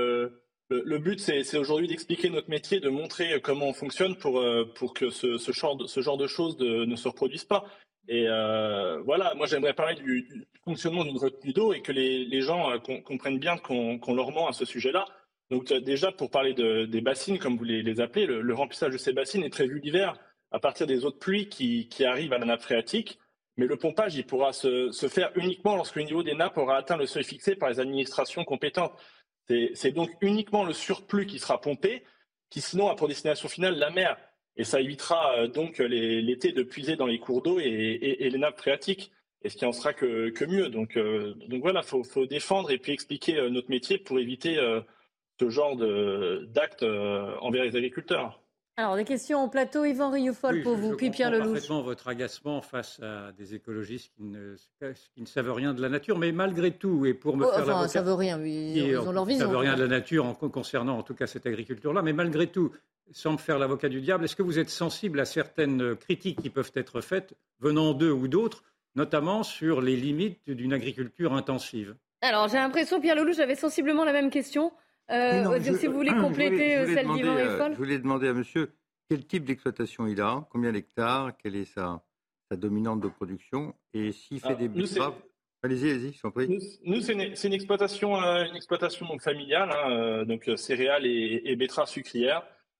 le but, c'est aujourd'hui d'expliquer notre métier, de montrer comment on fonctionne pour que ce genre de choses ne se reproduisent pas. Et voilà, moi j'aimerais parler du fonctionnement d'une retenue d'eau et que les gens comprennent bien qu'on leur ment à ce sujet-là. Donc déjà, pour parler des bassines, comme vous les appelez, le remplissage de ces bassines est prévu l'hiver à partir des eaux de pluie qui arrivent à la nappe phréatique. Mais le pompage, il pourra se faire uniquement lorsque le niveau des nappes aura atteint le seuil fixé par les administrations compétentes. C'est donc uniquement le surplus qui sera pompé, qui sinon a pour destination finale la mer. Et ça évitera donc l'été de puiser dans les cours d'eau et les nappes phréatiques. Et ce qui en sera que mieux. Donc voilà, faut défendre et puis expliquer notre métier pour éviter ce genre d'actes envers les agriculteurs. Alors, des questions au plateau, Yvan Rioufol pour vous, puis Pierre Lelouch. Je comprends parfaitement votre agacement face à des écologistes qui ne savent rien de la nature, mais malgré tout, et pour me faire l'avocat... ça veut rien, ils ont leur vision. Ils ne savent rien de la nature concernant en tout cas cette agriculture-là, mais malgré tout, sans me faire l'avocat du diable, est-ce que vous êtes sensible à certaines critiques qui peuvent être faites, venant d'eux ou d'autres, notamment sur les limites d'une agriculture intensive? Alors, j'ai l'impression, Pierre Lelouch, j'avais sensiblement la même question. Si vous voulez compléter celle d'Yvan Rioufol. Je voulais demander à monsieur quel type d'exploitation il a, combien d'hectares, quelle est sa dominante de production, et s'il fait des betteraves. Allez-y, je t'en prie. Nous, c'est une exploitation donc familiale, donc céréales et betteraves sucrières,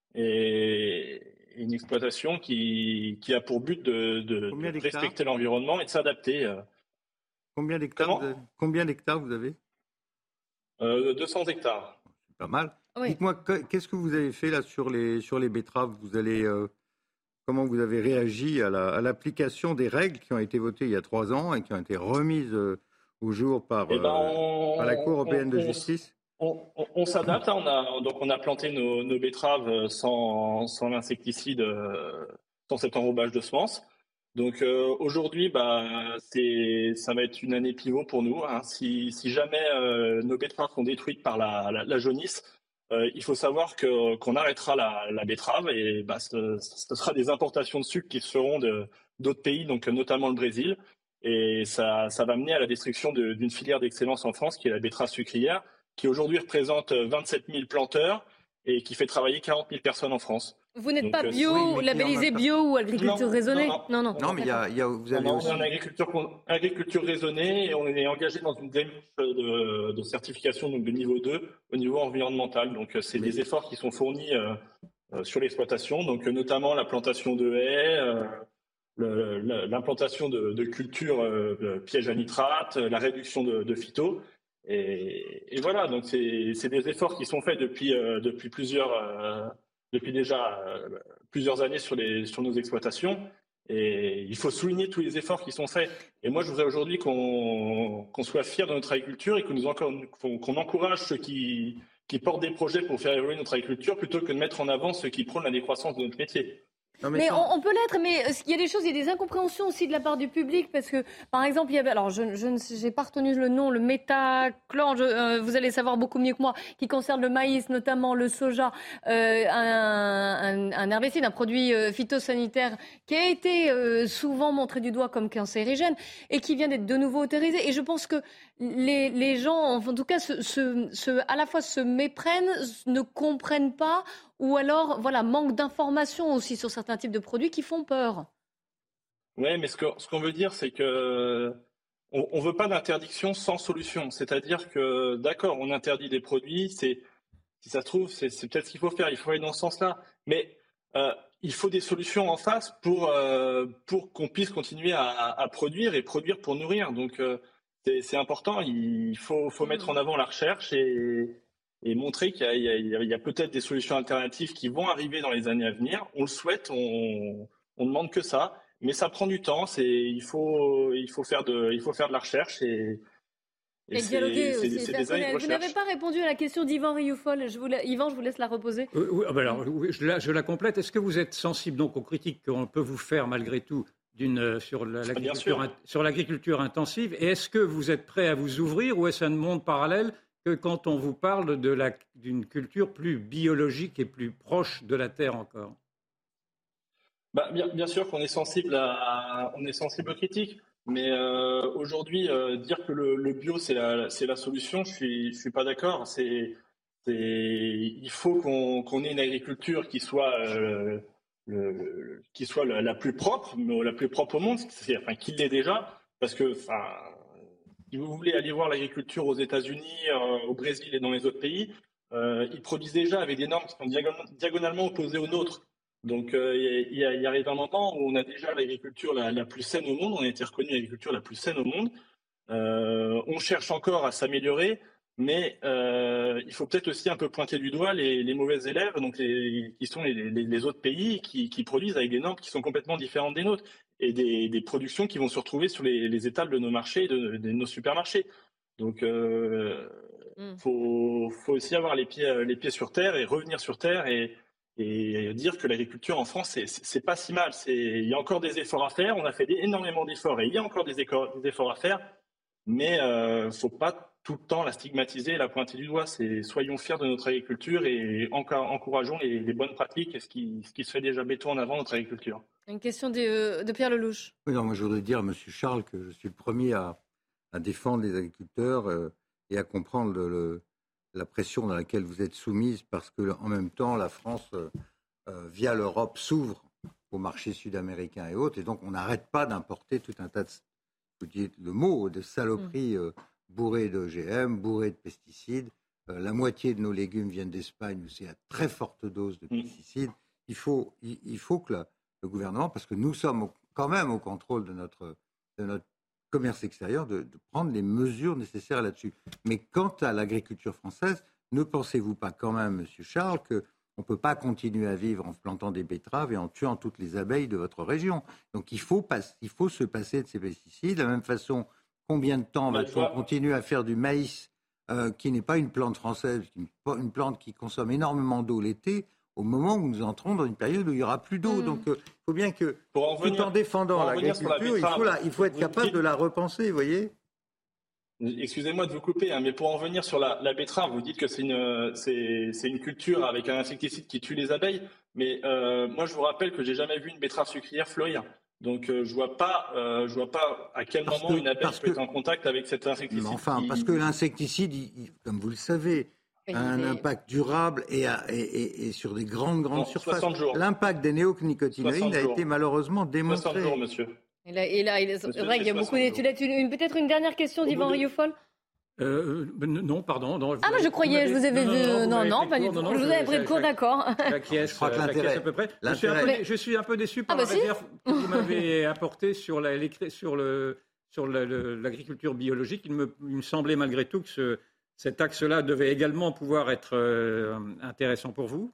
et une exploitation qui a pour but de respecter l'environnement et de s'adapter. Combien d'hectares vous avez 200 hectares. Pas mal. Oui. Dites-moi, qu'est-ce que vous avez fait là sur les betteraves? Comment vous avez réagi à l'application des règles qui ont été votées il y a 3 ans et qui ont été remises au jour par la Cour européenne de justice? On s'adapte. On a planté nos betteraves sans l'insecticide, sans cet enrobage de semences. Donc aujourd'hui, ça va être une année pivot pour nous. Si jamais nos betteraves sont détruites par la jaunisse, il faut savoir qu'on arrêtera la betterave et ce sera des importations de sucre qui se feront d'autres pays, donc notamment le Brésil. Et ça va mener à la destruction d'une filière d'excellence en France qui est la betterave sucrière, qui aujourd'hui représente 27 000 planteurs et qui fait travailler 40 000 personnes en France. Vous n'êtes pas bio, labellisé bio ou agriculture raisonnée? Non. Non, mais vous avez aussi... On est en agriculture raisonnée et on est engagé dans une démarche de certification donc de niveau 2 au niveau environnemental. Donc c'est des efforts qui sont fournis sur l'exploitation, donc notamment la plantation de haies, l'implantation de cultures pièges à nitrate, la réduction de phyto. Et voilà, donc c'est des efforts qui sont faits depuis déjà plusieurs années sur nos exploitations. Et il faut souligner tous les efforts qui sont faits. Et moi, je voudrais aujourd'hui qu'on soit fiers de notre agriculture et qu'on encourage ceux qui portent des projets pour faire évoluer notre agriculture plutôt que de mettre en avant ceux qui prônent la décroissance de notre métier. Mais on peut l'être, mais il y a des choses, il y a des incompréhensions aussi de la part du public, parce que, par exemple, il y avait, alors je n'ai pas retenu le nom, le métachlore, vous allez savoir beaucoup mieux que moi, qui concerne le maïs, notamment le soja, un herbicide, un produit phytosanitaire qui a été souvent montré du doigt comme cancérigène et qui vient d'être de nouveau autorisé. Et je pense que les gens, en tout cas, à la fois se méprennent, ne comprennent pas ou alors manque d'informations aussi sur certains types de produits qui font peur? Oui, mais ce qu'on veut dire, c'est que on veut pas d'interdiction sans solution. C'est-à-dire que, d'accord, on interdit des produits, si ça se trouve, c'est peut-être ce qu'il faut faire, il faut aller dans ce sens-là. Mais il faut des solutions en face pour qu'on puisse continuer à produire et produire pour nourrir. Donc, c'est important. Il faut mettre en avant la recherche et montrer qu'il y a peut-être des solutions alternatives qui vont arriver dans les années à venir. On le souhaite, on demande que ça. Mais ça prend du temps. Il faut faire de la recherche et dialoguer aussi. C'est des années de Vous n'avez recherche. pas répondu à la question d'Yvan Rioufol. Yvan, je vous laisse la reposer. Je la complète. Est-ce que vous êtes sensible donc aux critiques qu'on peut vous faire malgré tout sur l'agriculture intensive? Et est-ce que vous êtes prêt à vous ouvrir ou est-ce un monde parallèle que quand on vous parle d'une culture plus biologique et plus proche de la terre encore? Bien sûr qu'on est sensible aux critiques, mais aujourd'hui dire que le bio c'est la solution, je suis pas d'accord. Il faut qu'on ait une agriculture qui soit la plus propre, mais la plus propre au monde, qui l'est déjà, parce que si vous voulez aller voir l'agriculture aux États-Unis, au Brésil et dans les autres pays, ils produisent déjà avec des normes qui sont diagonalement opposées aux nôtres. Donc il arrive un moment où on a déjà l'agriculture la plus saine au monde, on a été reconnu l'agriculture la plus saine au monde. On cherche encore à s'améliorer, mais il faut peut-être aussi un peu pointer du doigt les mauvais élèves, donc qui sont les autres pays qui produisent avec des normes qui sont complètement différentes des nôtres et des productions qui vont se retrouver sur les étals de nos marchés, de nos supermarchés. Donc faut aussi avoir les pieds sur terre et revenir sur terre et dire que l'agriculture en France, c'est pas si mal. Il y a encore des efforts à faire. On a fait énormément d'efforts et il y a encore des efforts à faire. Mais faut pas tout le temps la stigmatiser et la pointer du doigt. Soyons fiers de notre agriculture et encourageons les bonnes pratiques et ce qui se fait déjà mettons en avant notre agriculture. Une question de Pierre Lelouch. Oui, non, moi je voudrais dire à M. Charles que je suis le premier à défendre les agriculteurs et à comprendre la pression dans laquelle vous êtes soumise parce qu'en même temps, la France, via l'Europe, s'ouvre au marché sud-américain et autres. Et donc, on n'arrête pas d'importer tout un tas de, vous dites le mot, de saloperies bourrées d'OGM, bourrées de pesticides. La moitié de nos légumes viennent d'Espagne où c'est à très forte dose de pesticides. Il faut que le gouvernement, parce que nous sommes quand même au contrôle de notre commerce extérieur, de prendre les mesures nécessaires là-dessus. Mais quant à l'agriculture française, ne pensez-vous pas quand même, M. Charles, qu'on ne peut pas continuer à vivre en plantant des betteraves et en tuant toutes les abeilles de votre région? Donc il faut se passer de ces pesticides. De la même façon, combien de temps va-t-on continuer à faire du maïs qui n'est pas une plante française, une plante qui consomme énormément d'eau l'été, au moment où nous entrons dans une période où il n'y aura plus d'eau. Donc, il faut bien que, tout en défendant l'agriculture, il faut être capable de la repenser, vous voyez. Excusez-moi de vous couper, mais pour en revenir sur la betterave, vous dites que c'est une culture avec un insecticide qui tue les abeilles, mais moi je vous rappelle que j'ai jamais vu une betterave sucrière fleurir. Donc je vois pas à quel moment une abeille peut être en contact avec cet insecticide. Mais enfin, parce que l'insecticide, comme vous le savez, a un impact durable et sur des grandes surfaces. L'impact des néonicotinoïdes a été malheureusement démontré. 60 jours, monsieur. Et là, c'est vrai qu'il y a beaucoup d'études. Peut-être une dernière question d'Yvan Rioufol. Non, pardon. Non, moi je croyais, je vous avais vu. Non, pas du tout. Je vous avais pris de cours, d'accord. Je crois que l'intérêt, à peu près. Je suis un peu déçu par la réserve que vous m'avez apportée sur l'agriculture biologique. Il me semblait malgré tout que cet axe-là devait également pouvoir être intéressant pour vous.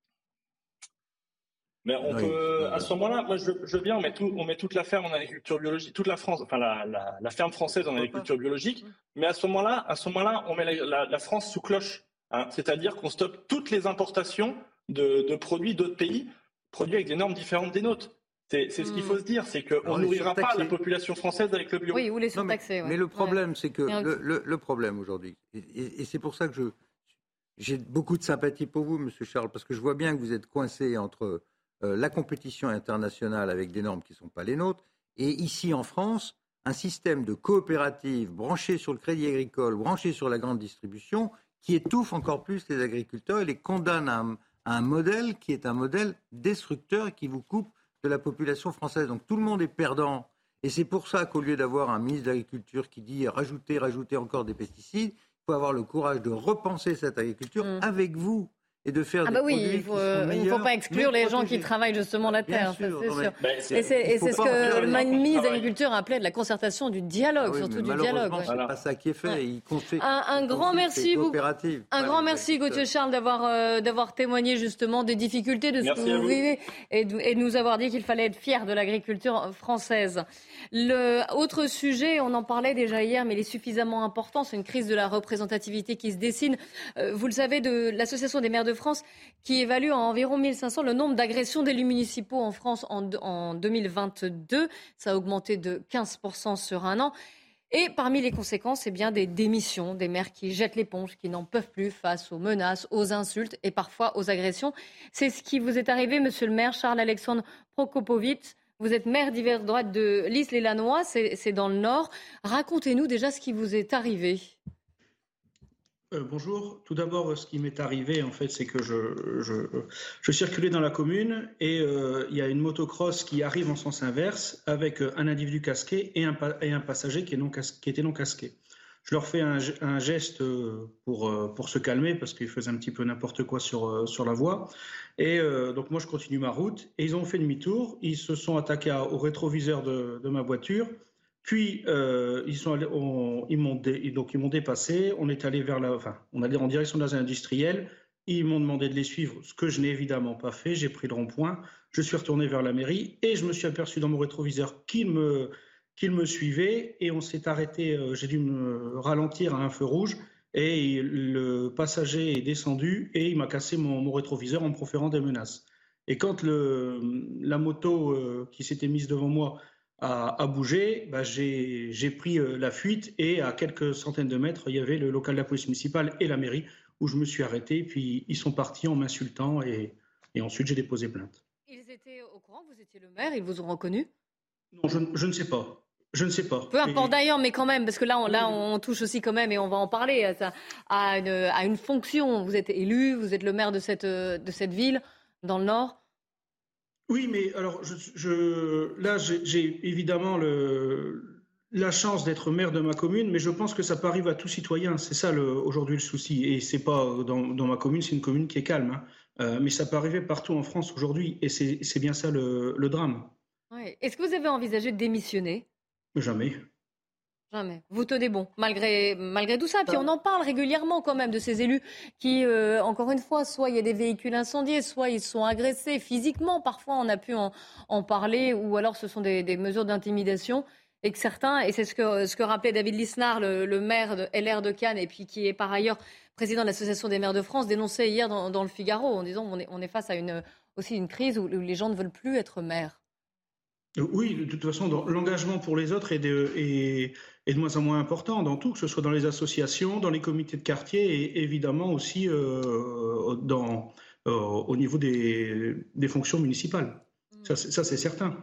Mais on peut, à ce moment-là, moi je veux bien, on met toute la ferme en agriculture biologique, toute la France, enfin la ferme française en agriculture biologique, mais à ce moment-là, on met la France sous cloche, hein, c'est-à-dire qu'on stoppe toutes les importations de produits d'autres pays, produits avec des normes différentes des nôtres. C'est ce qu'il faut se dire, c'est qu'on ne nourrira pas la population française avec le bio. Oui, ou les surtaxés. Mais le problème, c'est que le problème aujourd'hui, et c'est pour ça que j'ai beaucoup de sympathie pour vous, M. Charles, parce que je vois bien que vous êtes coincé entre la compétition internationale avec des normes qui ne sont pas les nôtres, et ici en France, un système de coopérative branché sur le crédit agricole, branché sur la grande distribution, qui étouffe encore plus les agriculteurs et les condamne à un modèle qui est un modèle destructeur et qui vous coupe de la population française. Donc tout le monde est perdant. Et c'est pour ça qu'au lieu d'avoir un ministre de l'Agriculture qui dit rajouter encore des pesticides, il faut avoir le courage de repenser cette agriculture avec vous. Et de faire des produits qui sont meilleurs, il ne faut pas exclure les gens qui travaillent justement la terre, sûr, c'est sûr. Et c'est ce que le ministre de l'Agriculture appelait de la concertation, du dialogue, surtout du dialogue. C'est pas ça qui est fait. Un grand merci, Gauthieu Charles, d'avoir témoigné justement des difficultés de ce que vous vivez et de nous avoir dit qu'il fallait être fier de l'agriculture française. Autre sujet, on en parlait déjà hier, mais il est suffisamment important, c'est une crise de la représentativité qui se dessine. Vous le savez, de l'Association des maires de France qui évalue à environ 1500 le nombre d'agressions d'élus municipaux en France en 2022. Ça a augmenté de 15% sur un an. Et parmi les conséquences, c'est bien des démissions, des maires qui jettent l'éponge, qui n'en peuvent plus face aux menaces, aux insultes et parfois aux agressions. C'est ce qui vous est arrivé, monsieur le maire Charles-Alexandre Prokopovitch. Vous êtes maire d'hiver droite de Lys-les-Lannoy, c'est dans le Nord. Racontez-nous déjà ce qui vous est arrivé. Bonjour. Tout d'abord, ce qui m'est arrivé, en fait, c'est que je circulais dans la commune et il y a une motocross qui arrive en sens inverse avec un individu casqué et un passager qui était non casqué. Je leur fais un geste pour se calmer parce qu'ils faisaient un petit peu n'importe quoi sur la voie. Et donc moi, je continue ma route et ils ont fait demi-tour. Ils se sont attaqués au rétroviseur de ma voiture. Puis ils m'ont dépassé. On est allé on allait en direction de la zone industrielle. Ils m'ont demandé de les suivre, ce que je n'ai évidemment pas fait. J'ai pris le rond-point. Je suis retourné vers la mairie et je me suis aperçu dans mon rétroviseur qu'ils me suivaient et on s'est arrêté. J'ai dû me ralentir à un feu rouge et le passager est descendu et il m'a cassé mon rétroviseur en me proférant des menaces. Et quand la moto qui s'était mise devant moi a bougé, j'ai pris la fuite et à quelques centaines de mètres, il y avait le local de la police municipale et la mairie où je me suis arrêté. Puis ils sont partis en m'insultant et ensuite j'ai déposé plainte. Ils étaient au courant, vous étiez le maire, ils vous ont reconnu ? Non, je ne sais pas. Je ne sais pas. Peu importe d'ailleurs, mais quand même, parce que là, on touche aussi quand même, et on va en parler, à une fonction. Vous êtes élu, vous êtes le maire de cette ville, dans le Nord. Oui, mais alors, là, j'ai évidemment la chance d'être maire de ma commune, mais je pense que ça peut arriver à tout citoyen. C'est ça aujourd'hui le souci. Et c'est pas dans ma commune, c'est une commune qui est calme. Mais ça peut arriver partout en France aujourd'hui. Et c'est bien ça le drame. Ouais. Est-ce que vous avez envisagé de démissionner ? Jamais. Jamais. Vous tenez bon, malgré tout ça. Puis on en parle régulièrement quand même de ces élus qui, encore une fois, soit il y a des véhicules incendiés, soit ils sont agressés physiquement. Parfois, on a pu en parler, ou alors ce sont des mesures d'intimidation. Et que certains, et c'est ce que rappelait David Lisnard, le maire de LR de Cannes, et puis qui est par ailleurs président de l'Association des maires de France, dénonçait hier dans le Figaro, en disant on est face à aussi une crise où les gens ne veulent plus être maires. Oui, de toute façon, l'engagement pour les autres est de moins en moins important dans tout, que ce soit dans les associations, dans les comités de quartier et évidemment aussi au niveau des fonctions municipales. Ça, c'est certain.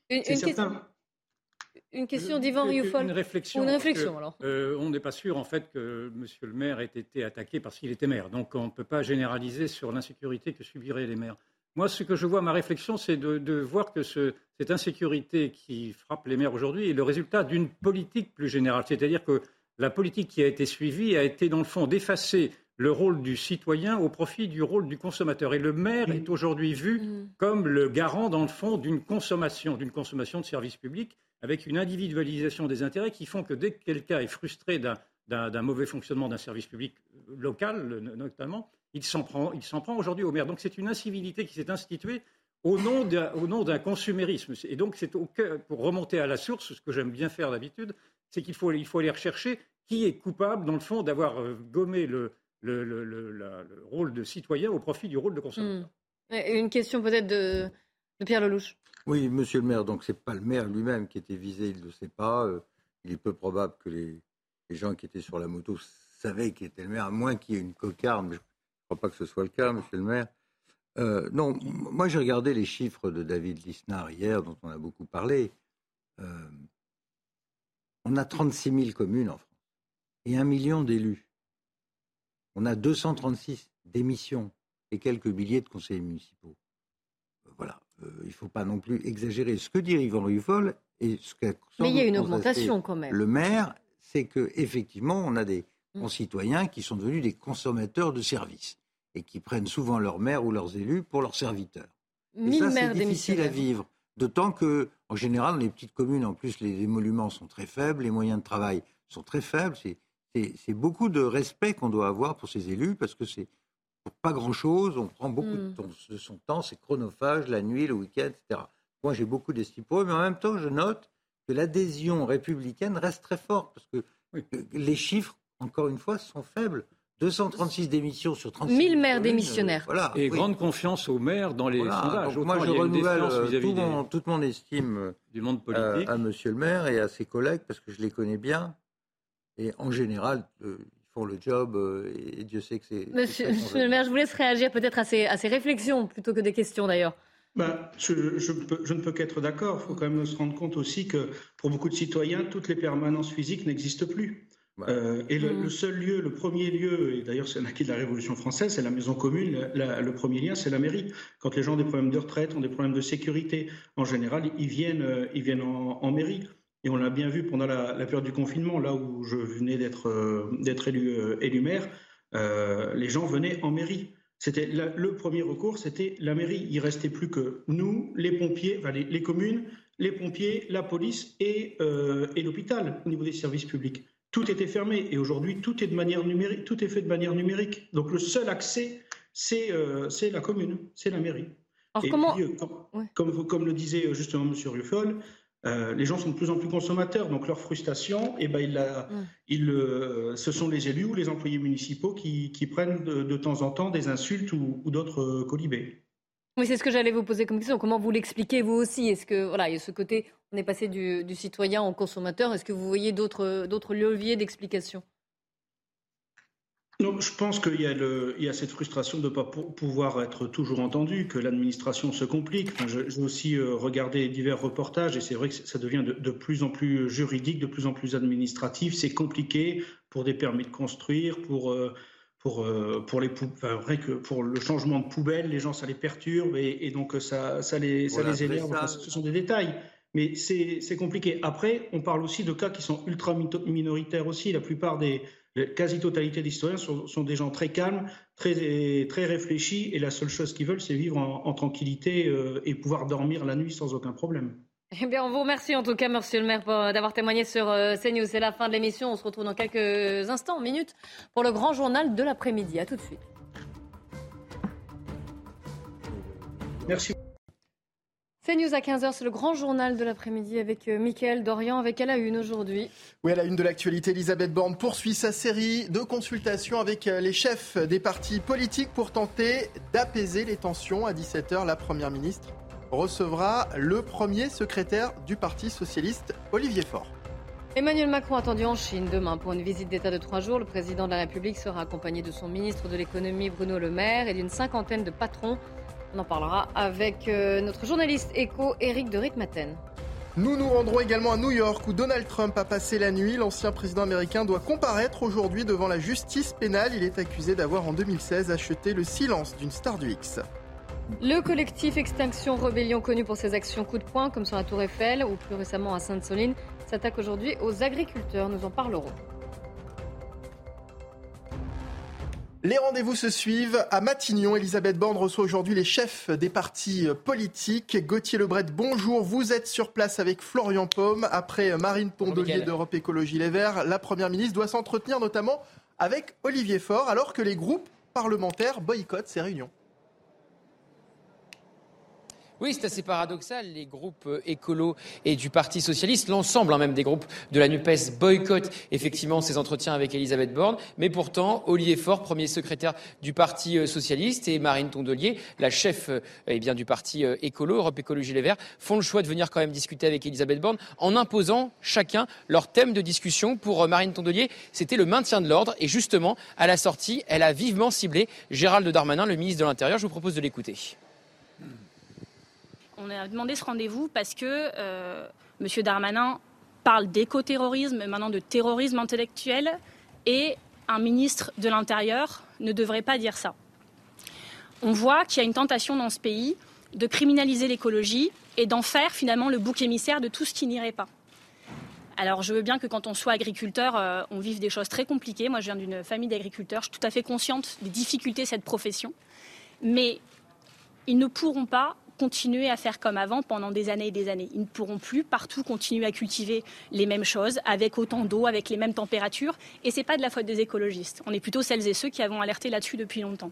Une question d'Yvan Rioufol. Une réflexion alors. On n'est pas sûr en fait que monsieur le maire ait été attaqué parce qu'il était maire. Donc on ne peut pas généraliser sur l'insécurité que subiraient les maires. Moi, ce que je vois, ma réflexion, c'est de voir que cette insécurité qui frappe les maires aujourd'hui est le résultat d'une politique plus générale. C'est-à-dire que la politique qui a été suivie a été, dans le fond, d'effacer le rôle du citoyen au profit du rôle du consommateur. Et le maire est aujourd'hui vu comme le garant, dans le fond, d'une consommation de services publics avec une individualisation des intérêts qui font que dès que quelqu'un est frustré d'un mauvais fonctionnement d'un service public local, notamment, il s'en prend aujourd'hui au maire. Donc c'est une incivilité qui s'est instituée au nom d'un consumérisme. Et donc c'est pour remonter à la source, ce que j'aime bien faire d'habitude, c'est qu'il faut aller rechercher qui est coupable, dans le fond, d'avoir gommé le rôle de citoyen au profit du rôle de consommateur. Une question peut-être de Pierre Lelouch. Oui, monsieur le maire, donc c'est pas le maire lui-même qui était visé, il ne le sait pas. Il est peu probable que les gens qui étaient sur la moto savaient qui était le maire, à moins qu'il y ait une cocarde, mais je ne crois pas que ce soit le cas, monsieur le maire. Non, moi j'ai regardé les chiffres de David Lisnard hier, dont on a beaucoup parlé. On a 36 000 communes en France et 1 million d'élus. On a 236 démissions. et quelques milliers de conseillers municipaux. Voilà, il ne faut pas non plus exagérer. Ce que dit Yvan Rieufol, et ce qu'a mais il y a une augmentation quand même. Le maire, c'est qu'effectivement, on a des concitoyens qui sont devenus des consommateurs de services et qui prennent souvent leur maire ou leurs élus pour leurs serviteurs. Et ça, c'est difficile à vivre. D'autant que, en général, dans les petites communes, en plus, les émoluments sont très faibles, les moyens de travail sont très faibles. C'est beaucoup de respect qu'on doit avoir pour ces élus, parce que c'est pour pas grand-chose, on prend beaucoup de son temps, c'est chronophage, la nuit, le week-end, etc. Moi, j'ai beaucoup d'estime pour eux, mais en même temps, je note que l'adhésion républicaine reste très forte, parce que les chiffres, encore une fois, sont faibles. 236 démissions sur 36 1000 maires démissionnaires. Voilà, et grande confiance aux maires dans les sondages. Donc moi, je renouvelle toute mon estime du monde politique à monsieur le maire et à ses collègues, parce que je les connais bien. Et en général, ils font le job, et Dieu sait que c'est... Monsieur le maire, je vous laisse réagir peut-être à ces réflexions, plutôt que des questions d'ailleurs. Je ne peux qu'être d'accord. Il faut quand même se rendre compte aussi que pour beaucoup de citoyens, toutes les permanences physiques n'existent plus. Et le seul lieu, le premier lieu, et d'ailleurs c'est un acquis de la Révolution française, c'est la maison commune. Le premier lien, c'est la mairie. Quand les gens ont des problèmes de retraite, ont des problèmes de sécurité, en général, ils viennent en mairie. Et on l'a bien vu pendant la période du confinement, là où je venais d'être élu maire, les gens venaient en mairie. C'était le premier recours, c'était la mairie. Il ne restait plus que nous, les pompiers, enfin les communes, les pompiers, la police et l'hôpital au niveau des services publics. Tout était fermé et aujourd'hui tout est de manière numérique, tout est fait de manière numérique. Donc le seul accès, c'est la commune, c'est la mairie. Alors et puis, comme le disait justement M. Rieufol, les gens sont de plus en plus consommateurs, donc leur frustration, ce sont les élus ou les employés municipaux qui prennent de temps en temps des insultes ou d'autres colibés. Oui, c'est ce que j'allais vous poser comme question. Comment vous l'expliquez, vous aussi ? Est-ce que, il y a ce côté, on est passé du citoyen au consommateur. Est-ce que vous voyez d'autres leviers d'explication ? Non, je pense qu'il y a cette frustration de ne pas pouvoir être toujours entendu, que l'administration se complique. J'ai aussi regardé divers reportages et c'est vrai que ça devient de plus en plus juridique, de plus en plus administratif. C'est compliqué pour des permis de construire, pour le changement de poubelle, les gens, ça les perturbe et donc ça les énerve. Enfin, ce sont des détails, mais c'est compliqué. Après, on parle aussi de cas qui sont ultra minoritaires aussi. La plupart la quasi-totalité des citoyens sont des gens très calmes, très, très réfléchis, et la seule chose qu'ils veulent, c'est vivre en tranquillité et pouvoir dormir la nuit sans aucun problème. Eh bien, on vous remercie en tout cas, monsieur le maire, d'avoir témoigné sur CNews. C'est la fin de l'émission. On se retrouve dans quelques instants, minutes, pour le grand journal de l'après-midi. À tout de suite. Merci. CNews à 15h, c'est le grand journal de l'après-midi avec Mickaël Dorian, avec à la une aujourd'hui. Oui, à la une de l'actualité, Elisabeth Borne poursuit sa série de consultations avec les chefs des partis politiques pour tenter d'apaiser les tensions. À 17h, la Première ministre recevra le premier secrétaire du Parti socialiste, Olivier Faure. Emmanuel Macron attendu en Chine demain pour une visite d'État de 3 jours. Le président de la République sera accompagné de son ministre de l'économie Bruno Le Maire et d'une cinquantaine de patrons. On en parlera avec notre journaliste éco, Éric de Ritmaten. Nous nous rendrons également à New York où Donald Trump a passé la nuit. L'ancien président américain doit comparaître aujourd'hui devant la justice pénale. Il est accusé d'avoir en 2016 acheté le silence d'une star du X. Le collectif Extinction Rebellion, connu pour ses actions coup de poing comme sur la Tour Eiffel ou plus récemment à Sainte-Soline, s'attaque aujourd'hui aux agriculteurs. Nous en parlerons. Les rendez-vous se suivent à Matignon. Elisabeth Borne reçoit aujourd'hui les chefs des partis politiques. Gauthier Lebret, bonjour. Vous êtes sur place avec Florian Paume. Après Marine Tondelier d'Europe Écologie Les Verts, la Première ministre doit s'entretenir notamment avec Olivier Faure alors que les groupes parlementaires boycottent ces réunions. Oui, c'est assez paradoxal. Les groupes écolos et du Parti socialiste, l'ensemble même des groupes de la NUPES boycottent effectivement ces entretiens avec Elisabeth Borne. Mais pourtant, Olivier Faure, premier secrétaire du Parti socialiste, et Marine Tondelier, la chef du Parti écolo, Europe Écologie Les Verts, font le choix de venir quand même discuter avec Elisabeth Borne en imposant chacun leur thème de discussion. Pour Marine Tondelier, c'était le maintien de l'ordre. Et justement, à la sortie, elle a vivement ciblé Gérald Darmanin, le ministre de l'Intérieur. Je vous propose de l'écouter. On a demandé ce rendez-vous parce que M. Darmanin parle d'écoterrorisme, maintenant de terrorisme intellectuel, et un ministre de l'Intérieur ne devrait pas dire ça. on voit qu'il y a une tentation dans ce pays de criminaliser l'écologie et d'en faire finalement le bouc émissaire de tout ce qui n'irait pas. Alors je veux bien que quand on soit agriculteur, on vive des choses très compliquées. Moi je viens d'une famille d'agriculteurs, je suis tout à fait consciente des difficultés de cette profession. Mais ils ne pourront pas continuer à faire comme avant pendant des années et des années. Ils ne pourront plus partout continuer à cultiver les mêmes choses, avec autant d'eau, avec les mêmes températures. Et ce n'est pas de la faute des écologistes. On est plutôt celles et ceux qui avons alerté là-dessus depuis longtemps.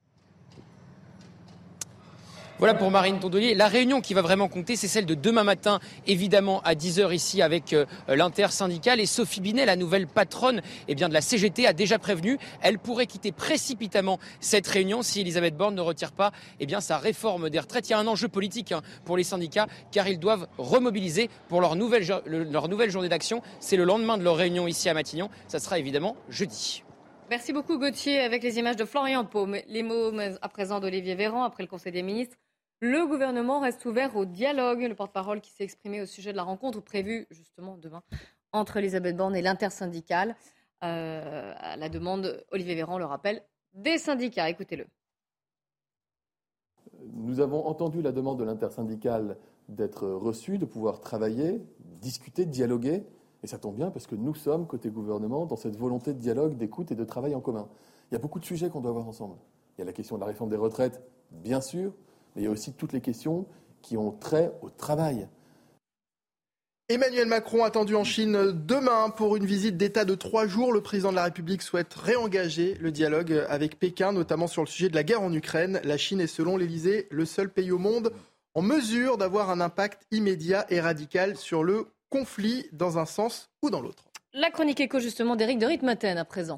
Voilà pour Marine Tondelier. La réunion qui va vraiment compter, c'est celle de demain matin, évidemment à 10h ici avec l'intersyndicale. Et Sophie Binet, la nouvelle patronne de la CGT, a déjà prévenu. Elle pourrait quitter précipitamment cette réunion si Elisabeth Borne ne retire pas sa réforme des retraites. Il y a un enjeu politique pour les syndicats car ils doivent remobiliser pour leur nouvelle journée d'action. C'est le lendemain de leur réunion ici à Matignon. Ça sera évidemment jeudi. Merci beaucoup Gauthier avec les images de Florian Paume. Les mots à présent d'Olivier Véran après le Conseil des ministres. Le gouvernement reste ouvert au dialogue. Le porte-parole qui s'est exprimé au sujet de la rencontre prévue justement demain entre Elisabeth Borne et l'intersyndicale à la demande, Olivier Véran le rappelle, des syndicats. Écoutez-le. Nous avons entendu la demande de l'intersyndicale d'être reçue, de pouvoir travailler, discuter, dialoguer. Et ça tombe bien parce que nous sommes, côté gouvernement, dans cette volonté de dialogue, d'écoute et de travail en commun. Il y a beaucoup de sujets qu'on doit voir ensemble. Il y a la question de la réforme des retraites, bien sûr, mais il y a aussi toutes les questions qui ont trait au travail. Emmanuel Macron attendu en Chine demain pour une visite d'État de 3 jours. Le président de la République souhaite réengager le dialogue avec Pékin, notamment sur le sujet de la guerre en Ukraine. La Chine est, selon l'Élysée, le seul pays au monde en mesure d'avoir un impact immédiat et radical sur le conflit dans un sens ou dans l'autre. La chronique éco justement d'Éric de Ritmaten à présent.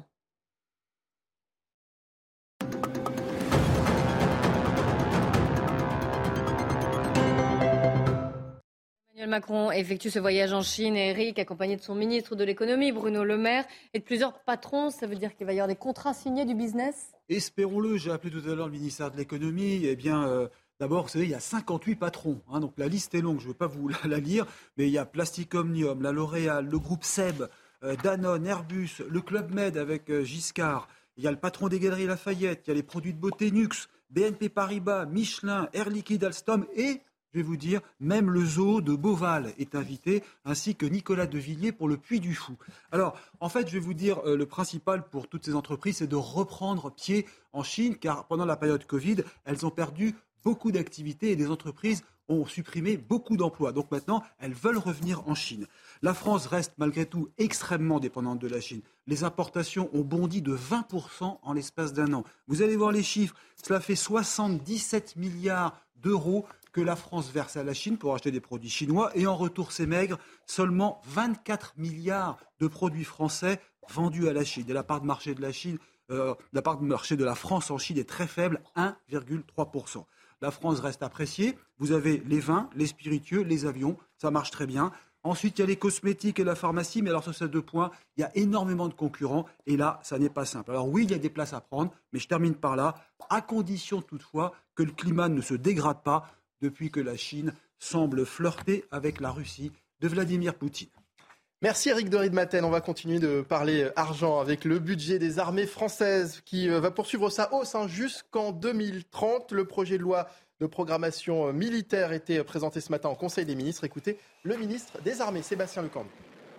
Emmanuel Macron effectue ce voyage en Chine, Eric, accompagné de son ministre de l'économie, Bruno Le Maire, et de plusieurs patrons. Ça veut dire qu'il va y avoir des contrats signés du business ? Espérons-le. J'ai appelé tout à l'heure le ministère de l'économie. D'abord, vous savez, il y a 58 patrons. Donc la liste est longue, je ne vais pas vous la lire. Mais il y a Plastic Omnium, la L'Oréal, le groupe Seb, Danone, Airbus, le Club Med avec Giscard. Il y a le patron des Galeries Lafayette, il y a les produits de beauté Nux, BNP Paribas, Michelin, Air Liquide, Alstom et... je vais vous dire, même le zoo de Beauval est invité, ainsi que Nicolas Devilliers pour le Puy du Fou. Alors, en fait, je vais vous dire, le principal pour toutes ces entreprises, c'est de reprendre pied en Chine, car pendant la période Covid, elles ont perdu beaucoup d'activités et des entreprises ont supprimé beaucoup d'emplois. Donc maintenant, elles veulent revenir en Chine. La France reste malgré tout extrêmement dépendante de la Chine. Les importations ont bondi de 20% en l'espace d'un an. Vous allez voir les chiffres, cela fait 77 milliards d'euros que la France verse à la Chine pour acheter des produits chinois. Et en retour, c'est maigre, seulement 24 milliards de produits français vendus à la Chine. Et la part de marché de la Chine, la part de marché de la France en Chine est très faible, 1,3%. La France reste appréciée. Vous avez les vins, les spiritueux, les avions, ça marche très bien. Ensuite, il y a les cosmétiques et la pharmacie, mais alors sur ces 2 points, il y a énormément de concurrents et là, ça n'est pas simple. Alors oui, il y a des places à prendre, mais je termine par là, à condition toutefois que le climat ne se dégrade pas depuis que la Chine semble flirter avec la Russie de Vladimir Poutine. Merci Eric de Ritmaten. On va continuer de parler argent avec le budget des armées françaises qui va poursuivre sa hausse jusqu'en 2030. Le projet de loi de programmation militaire était présenté ce matin en Conseil des ministres. Écoutez le ministre des Armées, Sébastien Lecornu.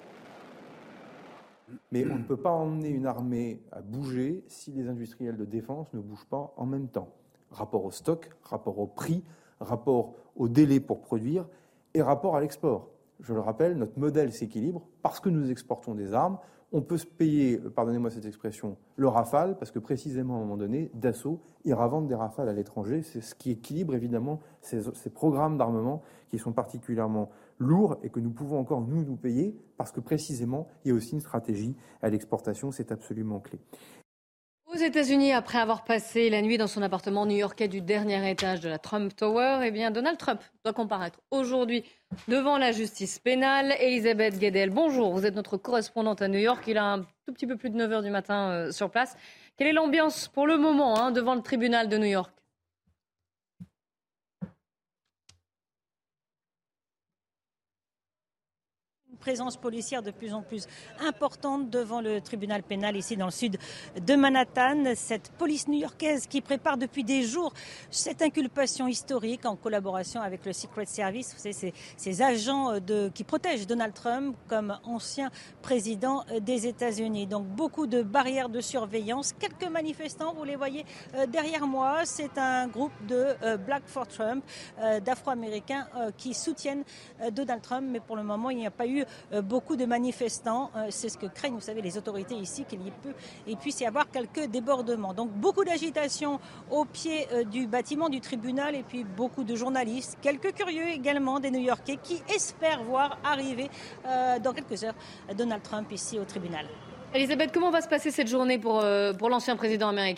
Mais on ne peut pas emmener une armée à bouger si les industriels de défense ne bougent pas en même temps. Rapport au stock, rapport au prix, rapport au délai pour produire et rapport à l'export. Je le rappelle, notre modèle s'équilibre parce que nous exportons des armes. On peut se payer, pardonnez-moi cette expression, le Rafale, parce que précisément à un moment donné, Dassault ira vendre des Rafales à l'étranger. C'est ce qui équilibre évidemment ces programmes d'armement qui sont particulièrement lourds et que nous pouvons encore nous payer parce que précisément, il y a aussi une stratégie à l'exportation, c'est absolument clé. Aux États-Unis, après avoir passé la nuit dans son appartement new-yorkais du dernier étage de la Trump Tower, Donald Trump doit comparaître aujourd'hui devant la justice pénale. Elisabeth Guedel, bonjour, vous êtes notre correspondante à New York. Il a un tout petit peu plus de 9h du matin sur place. Quelle est l'ambiance pour le moment devant le tribunal de New York ? présence policière de plus en plus importante devant le tribunal pénal ici dans le sud de Manhattan. Cette police new-yorkaise qui prépare depuis des jours cette inculpation historique en collaboration avec le Secret Service. Vous savez, ces agents qui protègent Donald Trump comme ancien président des États-Unis. Donc beaucoup de barrières de surveillance. Quelques manifestants, vous les voyez derrière moi. C'est un groupe de Black for Trump, d'Afro-Américains qui soutiennent Donald Trump. Mais pour le moment, il n'y a pas eu beaucoup de manifestants. C'est ce que craignent, vous savez, les autorités ici, qu'il puisse y avoir quelques débordements. Donc beaucoup d'agitation au pied du bâtiment du tribunal et puis beaucoup de journalistes, quelques curieux également des New-Yorkais qui espèrent voir arriver dans quelques heures Donald Trump ici au tribunal. Elisabeth, comment va se passer cette journée pour l'ancien président américain ?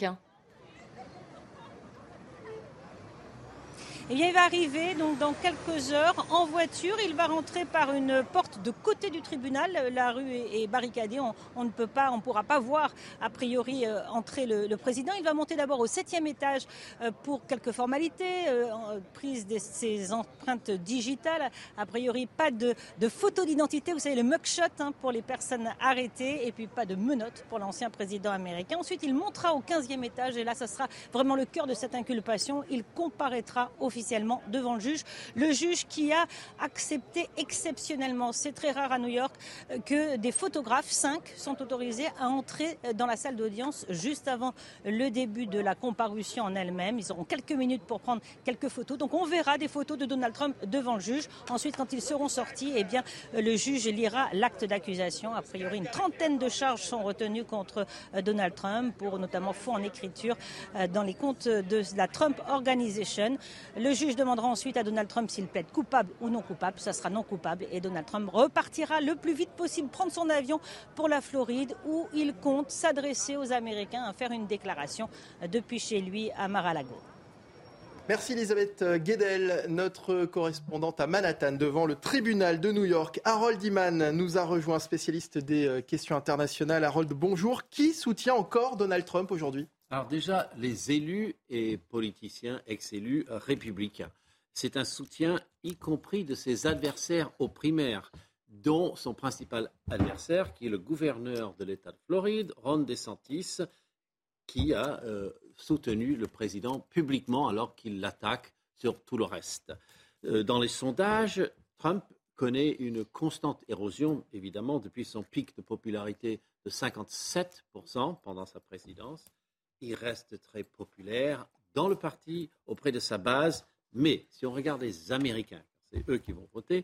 Eh bien, il va arriver donc dans quelques heures en voiture. Il va rentrer par une porte de côté du tribunal. La rue est barricadée. On ne pourra pas voir a priori entrer le président. Il va monter d'abord au 7e étage pour quelques formalités, prise de ses empreintes digitales. A priori, pas de photo d'identité. Vous savez, le mugshot pour les personnes arrêtées et puis pas de menottes pour l'ancien président américain. Ensuite, il montera au 15e étage et là, ça sera vraiment le cœur de cette inculpation. Il comparaîtra officiellement devant le juge qui a accepté exceptionnellement, c'est très rare à New York, que des photographes, 5, sont autorisés à entrer dans la salle d'audience juste avant le début de la comparution en elle-même. Ils auront quelques minutes pour prendre quelques photos. Donc on verra des photos de Donald Trump devant le juge. Ensuite, quand ils seront sortis, eh bien, le juge lira l'acte d'accusation. A priori, une trentaine de charges sont retenues contre Donald Trump pour notamment faux en écriture dans les comptes de la Trump Organization. Le juge demandera ensuite à Donald Trump s'il plaide coupable ou non coupable. Ça sera non coupable et Donald Trump repartira le plus vite possible, prendre son avion pour la Floride où il compte s'adresser aux Américains, faire une déclaration depuis chez lui à Mar-a-Lago. Merci Elisabeth Guedel, notre correspondante à Manhattan devant le tribunal de New York. Harold Iman nous a rejoint, spécialiste des questions internationales. Harold, bonjour. Qui soutient encore Donald Trump aujourd'hui ? Alors déjà, les élus et politiciens ex-élus républicains. C'est un soutien y compris de ses adversaires aux primaires, dont son principal adversaire, qui est le gouverneur de l'État de Floride, Ron DeSantis, qui a soutenu le président publiquement alors qu'il l'attaque sur tout le reste. Dans les sondages, Trump connaît une constante érosion, évidemment, depuis son pic de popularité de 57% pendant sa présidence. Il reste très populaire dans le parti, auprès de sa base. Mais si on regarde les Américains, c'est eux qui vont voter,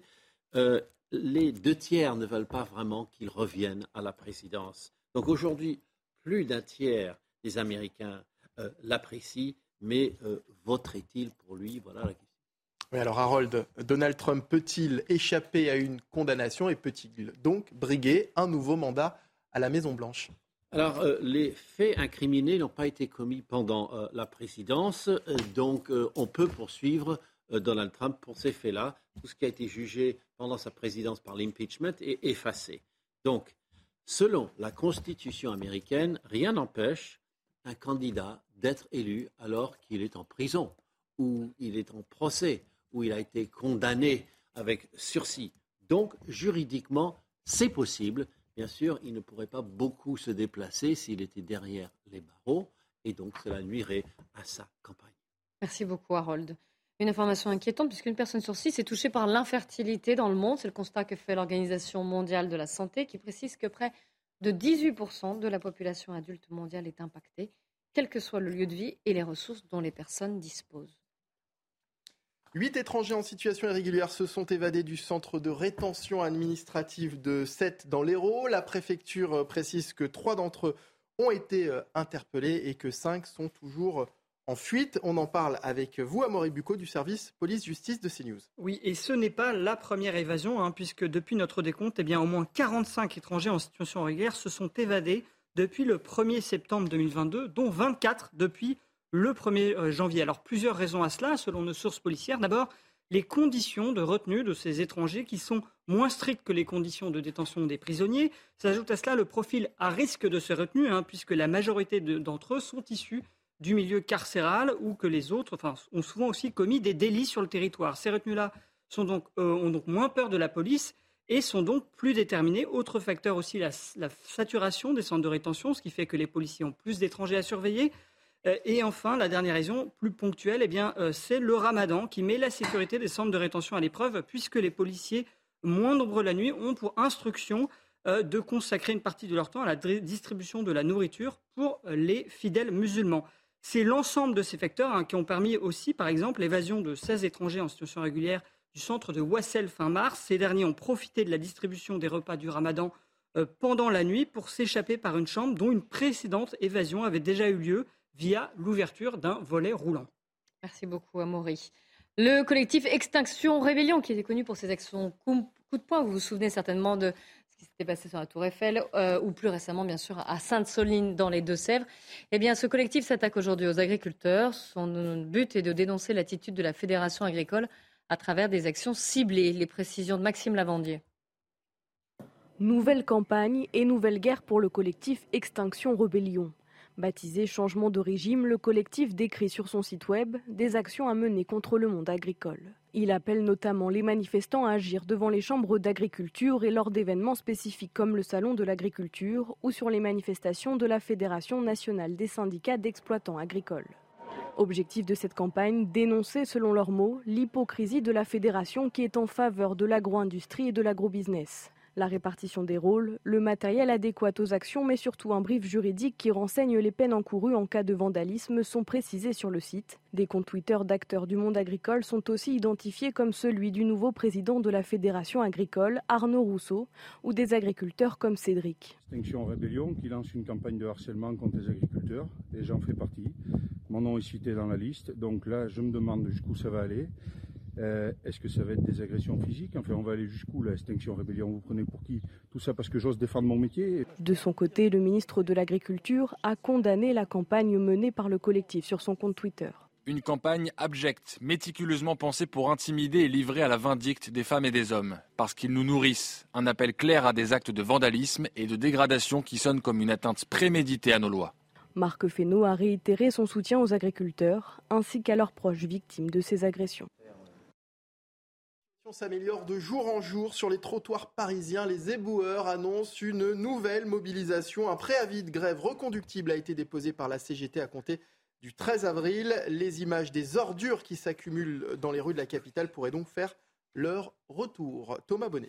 les 2/3 ne veulent pas vraiment qu'il revienne à la présidence. Donc aujourd'hui, plus d'un tiers des Américains l'apprécient, mais voterait-il pour lui ? Voilà la question. Oui, alors Harold, Donald Trump peut-il échapper à une condamnation et peut-il donc briguer un nouveau mandat à la Maison-Blanche ? Alors, les faits incriminés n'ont pas été commis pendant la présidence, donc on peut poursuivre Donald Trump pour ces faits-là. Tout ce qui a été jugé pendant sa présidence par l'impeachment est effacé. Donc, selon la Constitution américaine, rien n'empêche un candidat d'être élu alors qu'il est en prison, ou il est en procès, ou il a été condamné avec sursis. Donc, juridiquement, c'est possible. Bien sûr, il ne pourrait pas beaucoup se déplacer s'il était derrière les barreaux, et donc cela nuirait à sa campagne. Merci beaucoup, Harold. Une information inquiétante, puisqu'une personne sur 6 est touchée par l'infertilité dans le monde. C'est le constat que fait l'Organisation mondiale de la santé, qui précise que près de 18% de la population adulte mondiale est impactée, quel que soit le lieu de vie et les ressources dont les personnes disposent. 8 étrangers en situation irrégulière se sont évadés du centre de rétention administrative de Sète dans l'Hérault. La préfecture précise que 3 d'entre eux ont été interpellés et que 5 sont toujours en fuite. On en parle avec vous, Amaury Bucco, du service police-justice de CNews. Oui, et ce n'est pas la première évasion, puisque depuis notre décompte, au moins 45 étrangers en situation irrégulière se sont évadés depuis le 1er septembre 2022, dont 24 depuis le 1er janvier. Alors, plusieurs raisons à cela, selon nos sources policières. D'abord, les conditions de retenue de ces étrangers qui sont moins strictes que les conditions de détention des prisonniers. S'ajoute à cela le profil à risque de ces retenus, puisque la majorité d'entre eux sont issus du milieu carcéral ou que les autres ont souvent aussi commis des délits sur le territoire. Ces retenus-là ont donc moins peur de la police et sont donc plus déterminés. Autre facteur aussi, la saturation des centres de rétention, ce qui fait que les policiers ont plus d'étrangers à surveiller. Et enfin, la dernière raison, plus ponctuelle, c'est le ramadan qui met la sécurité des centres de rétention à l'épreuve, puisque les policiers, moins nombreux la nuit, ont pour instruction de consacrer une partie de leur temps à la distribution de la nourriture pour les fidèles musulmans. C'est l'ensemble de ces facteurs qui ont permis aussi, par exemple, l'évasion de 16 étrangers en situation régulière du centre de Wassel fin mars. Ces derniers ont profité de la distribution des repas du ramadan pendant la nuit pour s'échapper par une chambre dont une précédente évasion avait déjà eu lieu via l'ouverture d'un volet roulant. Merci beaucoup, Amaury. Le collectif Extinction Rébellion, qui était connu pour ses actions coup de poing, vous vous souvenez certainement de ce qui s'était passé sur la Tour Eiffel, ou plus récemment, bien sûr, à Sainte-Soline, dans les Deux-Sèvres. Eh bien, ce collectif s'attaque aujourd'hui aux agriculteurs. Son but est de dénoncer l'attitude de la Fédération agricole à travers des actions ciblées. Les précisions de Maxime Lavandier. Nouvelle campagne et nouvelle guerre pour le collectif Extinction Rébellion. Baptisé Changement de régime, le collectif décrit sur son site web des actions à mener contre le monde agricole. Il appelle notamment les manifestants à agir devant les chambres d'agriculture et lors d'événements spécifiques comme le Salon de l'agriculture ou sur les manifestations de la Fédération nationale des syndicats d'exploitants agricoles. Objectif de cette campagne, dénoncer selon leurs mots l'hypocrisie de la fédération qui est en faveur de l'agro-industrie et de l'agro-business. La répartition des rôles, le matériel adéquat aux actions, mais surtout un brief juridique qui renseigne les peines encourues en cas de vandalisme sont précisés sur le site. Des comptes Twitter d'acteurs du monde agricole sont aussi identifiés comme celui du nouveau président de la Fédération agricole, Arnaud Rousseau, ou des agriculteurs comme Cédric. Extinction Rébellion qui lance une campagne de harcèlement contre les agriculteurs, et j'en fais partie. Mon nom est cité dans la liste, donc là je me demande jusqu'où ça va aller. Est-ce que ça va être des agressions physiques ? Enfin, on va aller jusqu'où, la Extinction Rébellion ? Vous prenez pour qui ? Tout ça parce que j'ose défendre mon métier. De son côté, le ministre de l'Agriculture a condamné la campagne menée par le collectif sur son compte Twitter. Une campagne abjecte, méticuleusement pensée pour intimider et livrer à la vindicte des femmes et des hommes. Parce qu'ils nous nourrissent. Un appel clair à des actes de vandalisme et de dégradation qui sonnent comme une atteinte préméditée à nos lois. Marc Fesneau a réitéré son soutien aux agriculteurs ainsi qu'à leurs proches victimes de ces agressions. S'améliore de jour en jour sur les trottoirs parisiens. Les éboueurs annoncent une nouvelle mobilisation. Un préavis de grève reconductible a été déposé par la CGT à compter du 13 avril. Les images des ordures qui s'accumulent dans les rues de la capitale pourraient donc faire leur retour. Thomas Bonnet.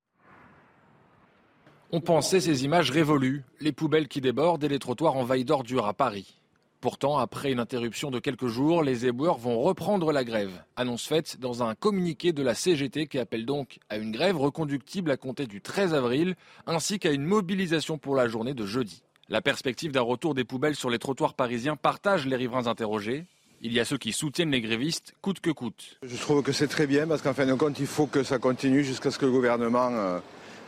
On pensait ces images révolues, les poubelles qui débordent et les trottoirs envahis d'ordures à Paris. Pourtant, après une interruption de quelques jours, les éboueurs vont reprendre la grève. Annonce faite dans un communiqué de la CGT qui appelle donc à une grève reconductible à compter du 13 avril, ainsi qu'à une mobilisation pour la journée de jeudi. La perspective d'un retour des poubelles sur les trottoirs parisiens partage les riverains interrogés. Il y a ceux qui soutiennent les grévistes coûte que coûte. Je trouve que c'est très bien parce qu'en fin de compte, il faut que ça continue jusqu'à ce que le gouvernement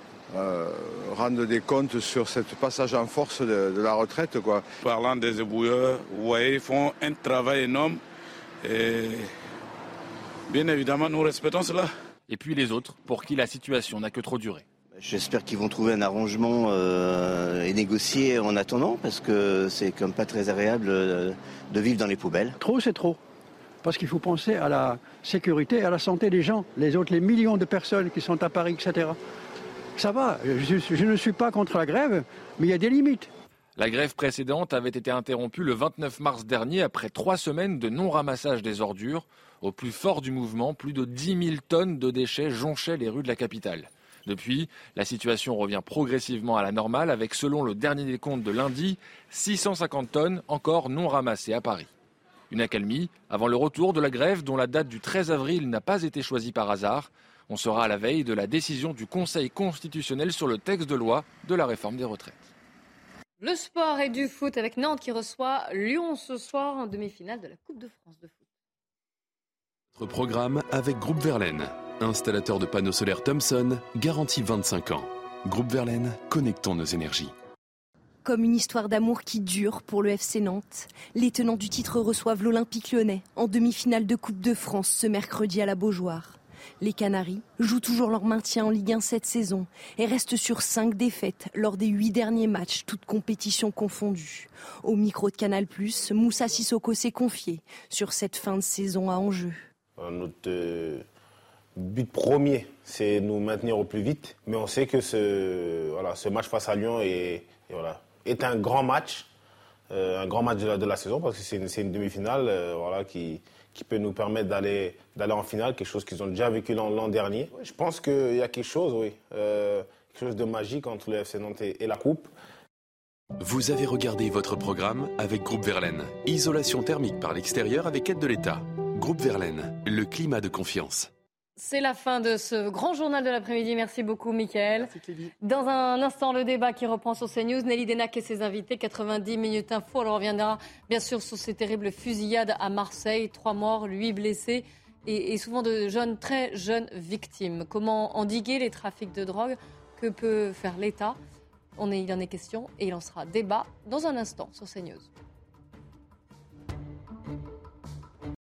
rendre des comptes sur ce passage en force de la retraite, quoi. Parlant des éboueurs, vous voyez, ils font un travail énorme et bien évidemment nous respectons cela. Et puis les autres, pour qui la situation n'a que trop duré. J'espère qu'ils vont trouver un arrangement et négocier en attendant, parce que c'est comme pas très agréable de vivre dans les poubelles. Trop, c'est trop. Parce qu'il faut penser à la sécurité et à la santé des gens, les autres, les millions de personnes qui sont à Paris, etc. Ça va, je ne suis pas contre la grève, mais il y a des limites. La grève précédente avait été interrompue le 29 mars dernier après 3 semaines de non-ramassage des ordures. Au plus fort du mouvement, plus de 10 000 tonnes de déchets jonchaient les rues de la capitale. Depuis, la situation revient progressivement à la normale avec, selon le dernier décompte de lundi, 650 tonnes encore non ramassées à Paris. Une accalmie avant le retour de la grève dont la date du 13 avril n'a pas été choisie par hasard. On sera à la veille de la décision du Conseil constitutionnel sur le texte de loi de la réforme des retraites. Le sport et du foot avec Nantes qui reçoit Lyon ce soir en demi-finale de la Coupe de France de foot. Notre programme avec Groupe Verlaine, installateur de panneaux solaires Thomson, garantie 25 ans. Groupe Verlaine, connectons nos énergies. Comme une histoire d'amour qui dure pour le FC Nantes, les tenants du titre reçoivent l'Olympique Lyonnais en demi-finale de Coupe de France ce mercredi à la Beaujoire. Les Canaries jouent toujours leur maintien en Ligue 1 cette saison et restent sur 5 défaites lors des 8 derniers matchs, toutes compétitions confondues. Au micro de Canal+, Moussa Sissoko s'est confié sur cette fin de saison à enjeu. Notre but premier, c'est nous maintenir au plus vite. Mais on sait que ce match face à Lyon est un grand match. Un grand match de la saison parce que c'est une demi-finale qui peut nous permettre d'aller en finale, quelque chose qu'ils ont déjà vécu l'an dernier. Je pense qu'il y a quelque chose, quelque chose de magique entre le FC Nantes et la Coupe. Vous avez regardé votre programme avec Groupe Verlaine. Isolation thermique par l'extérieur avec aide de l'État. Groupe Verlaine, le climat de confiance. C'est la fin de ce grand journal de l'après-midi. Merci beaucoup, Mickaël. Dans un instant, le débat qui reprend sur CNews. Nelly Denac et ses invités. 90 minutes info. On reviendra bien sûr sur ces terribles fusillades à Marseille. 3 morts, 8 blessés et souvent de très jeunes victimes. Comment endiguer les trafics de drogue? Que peut faire l'État? Il en est question et il en sera débat dans un instant sur CNews.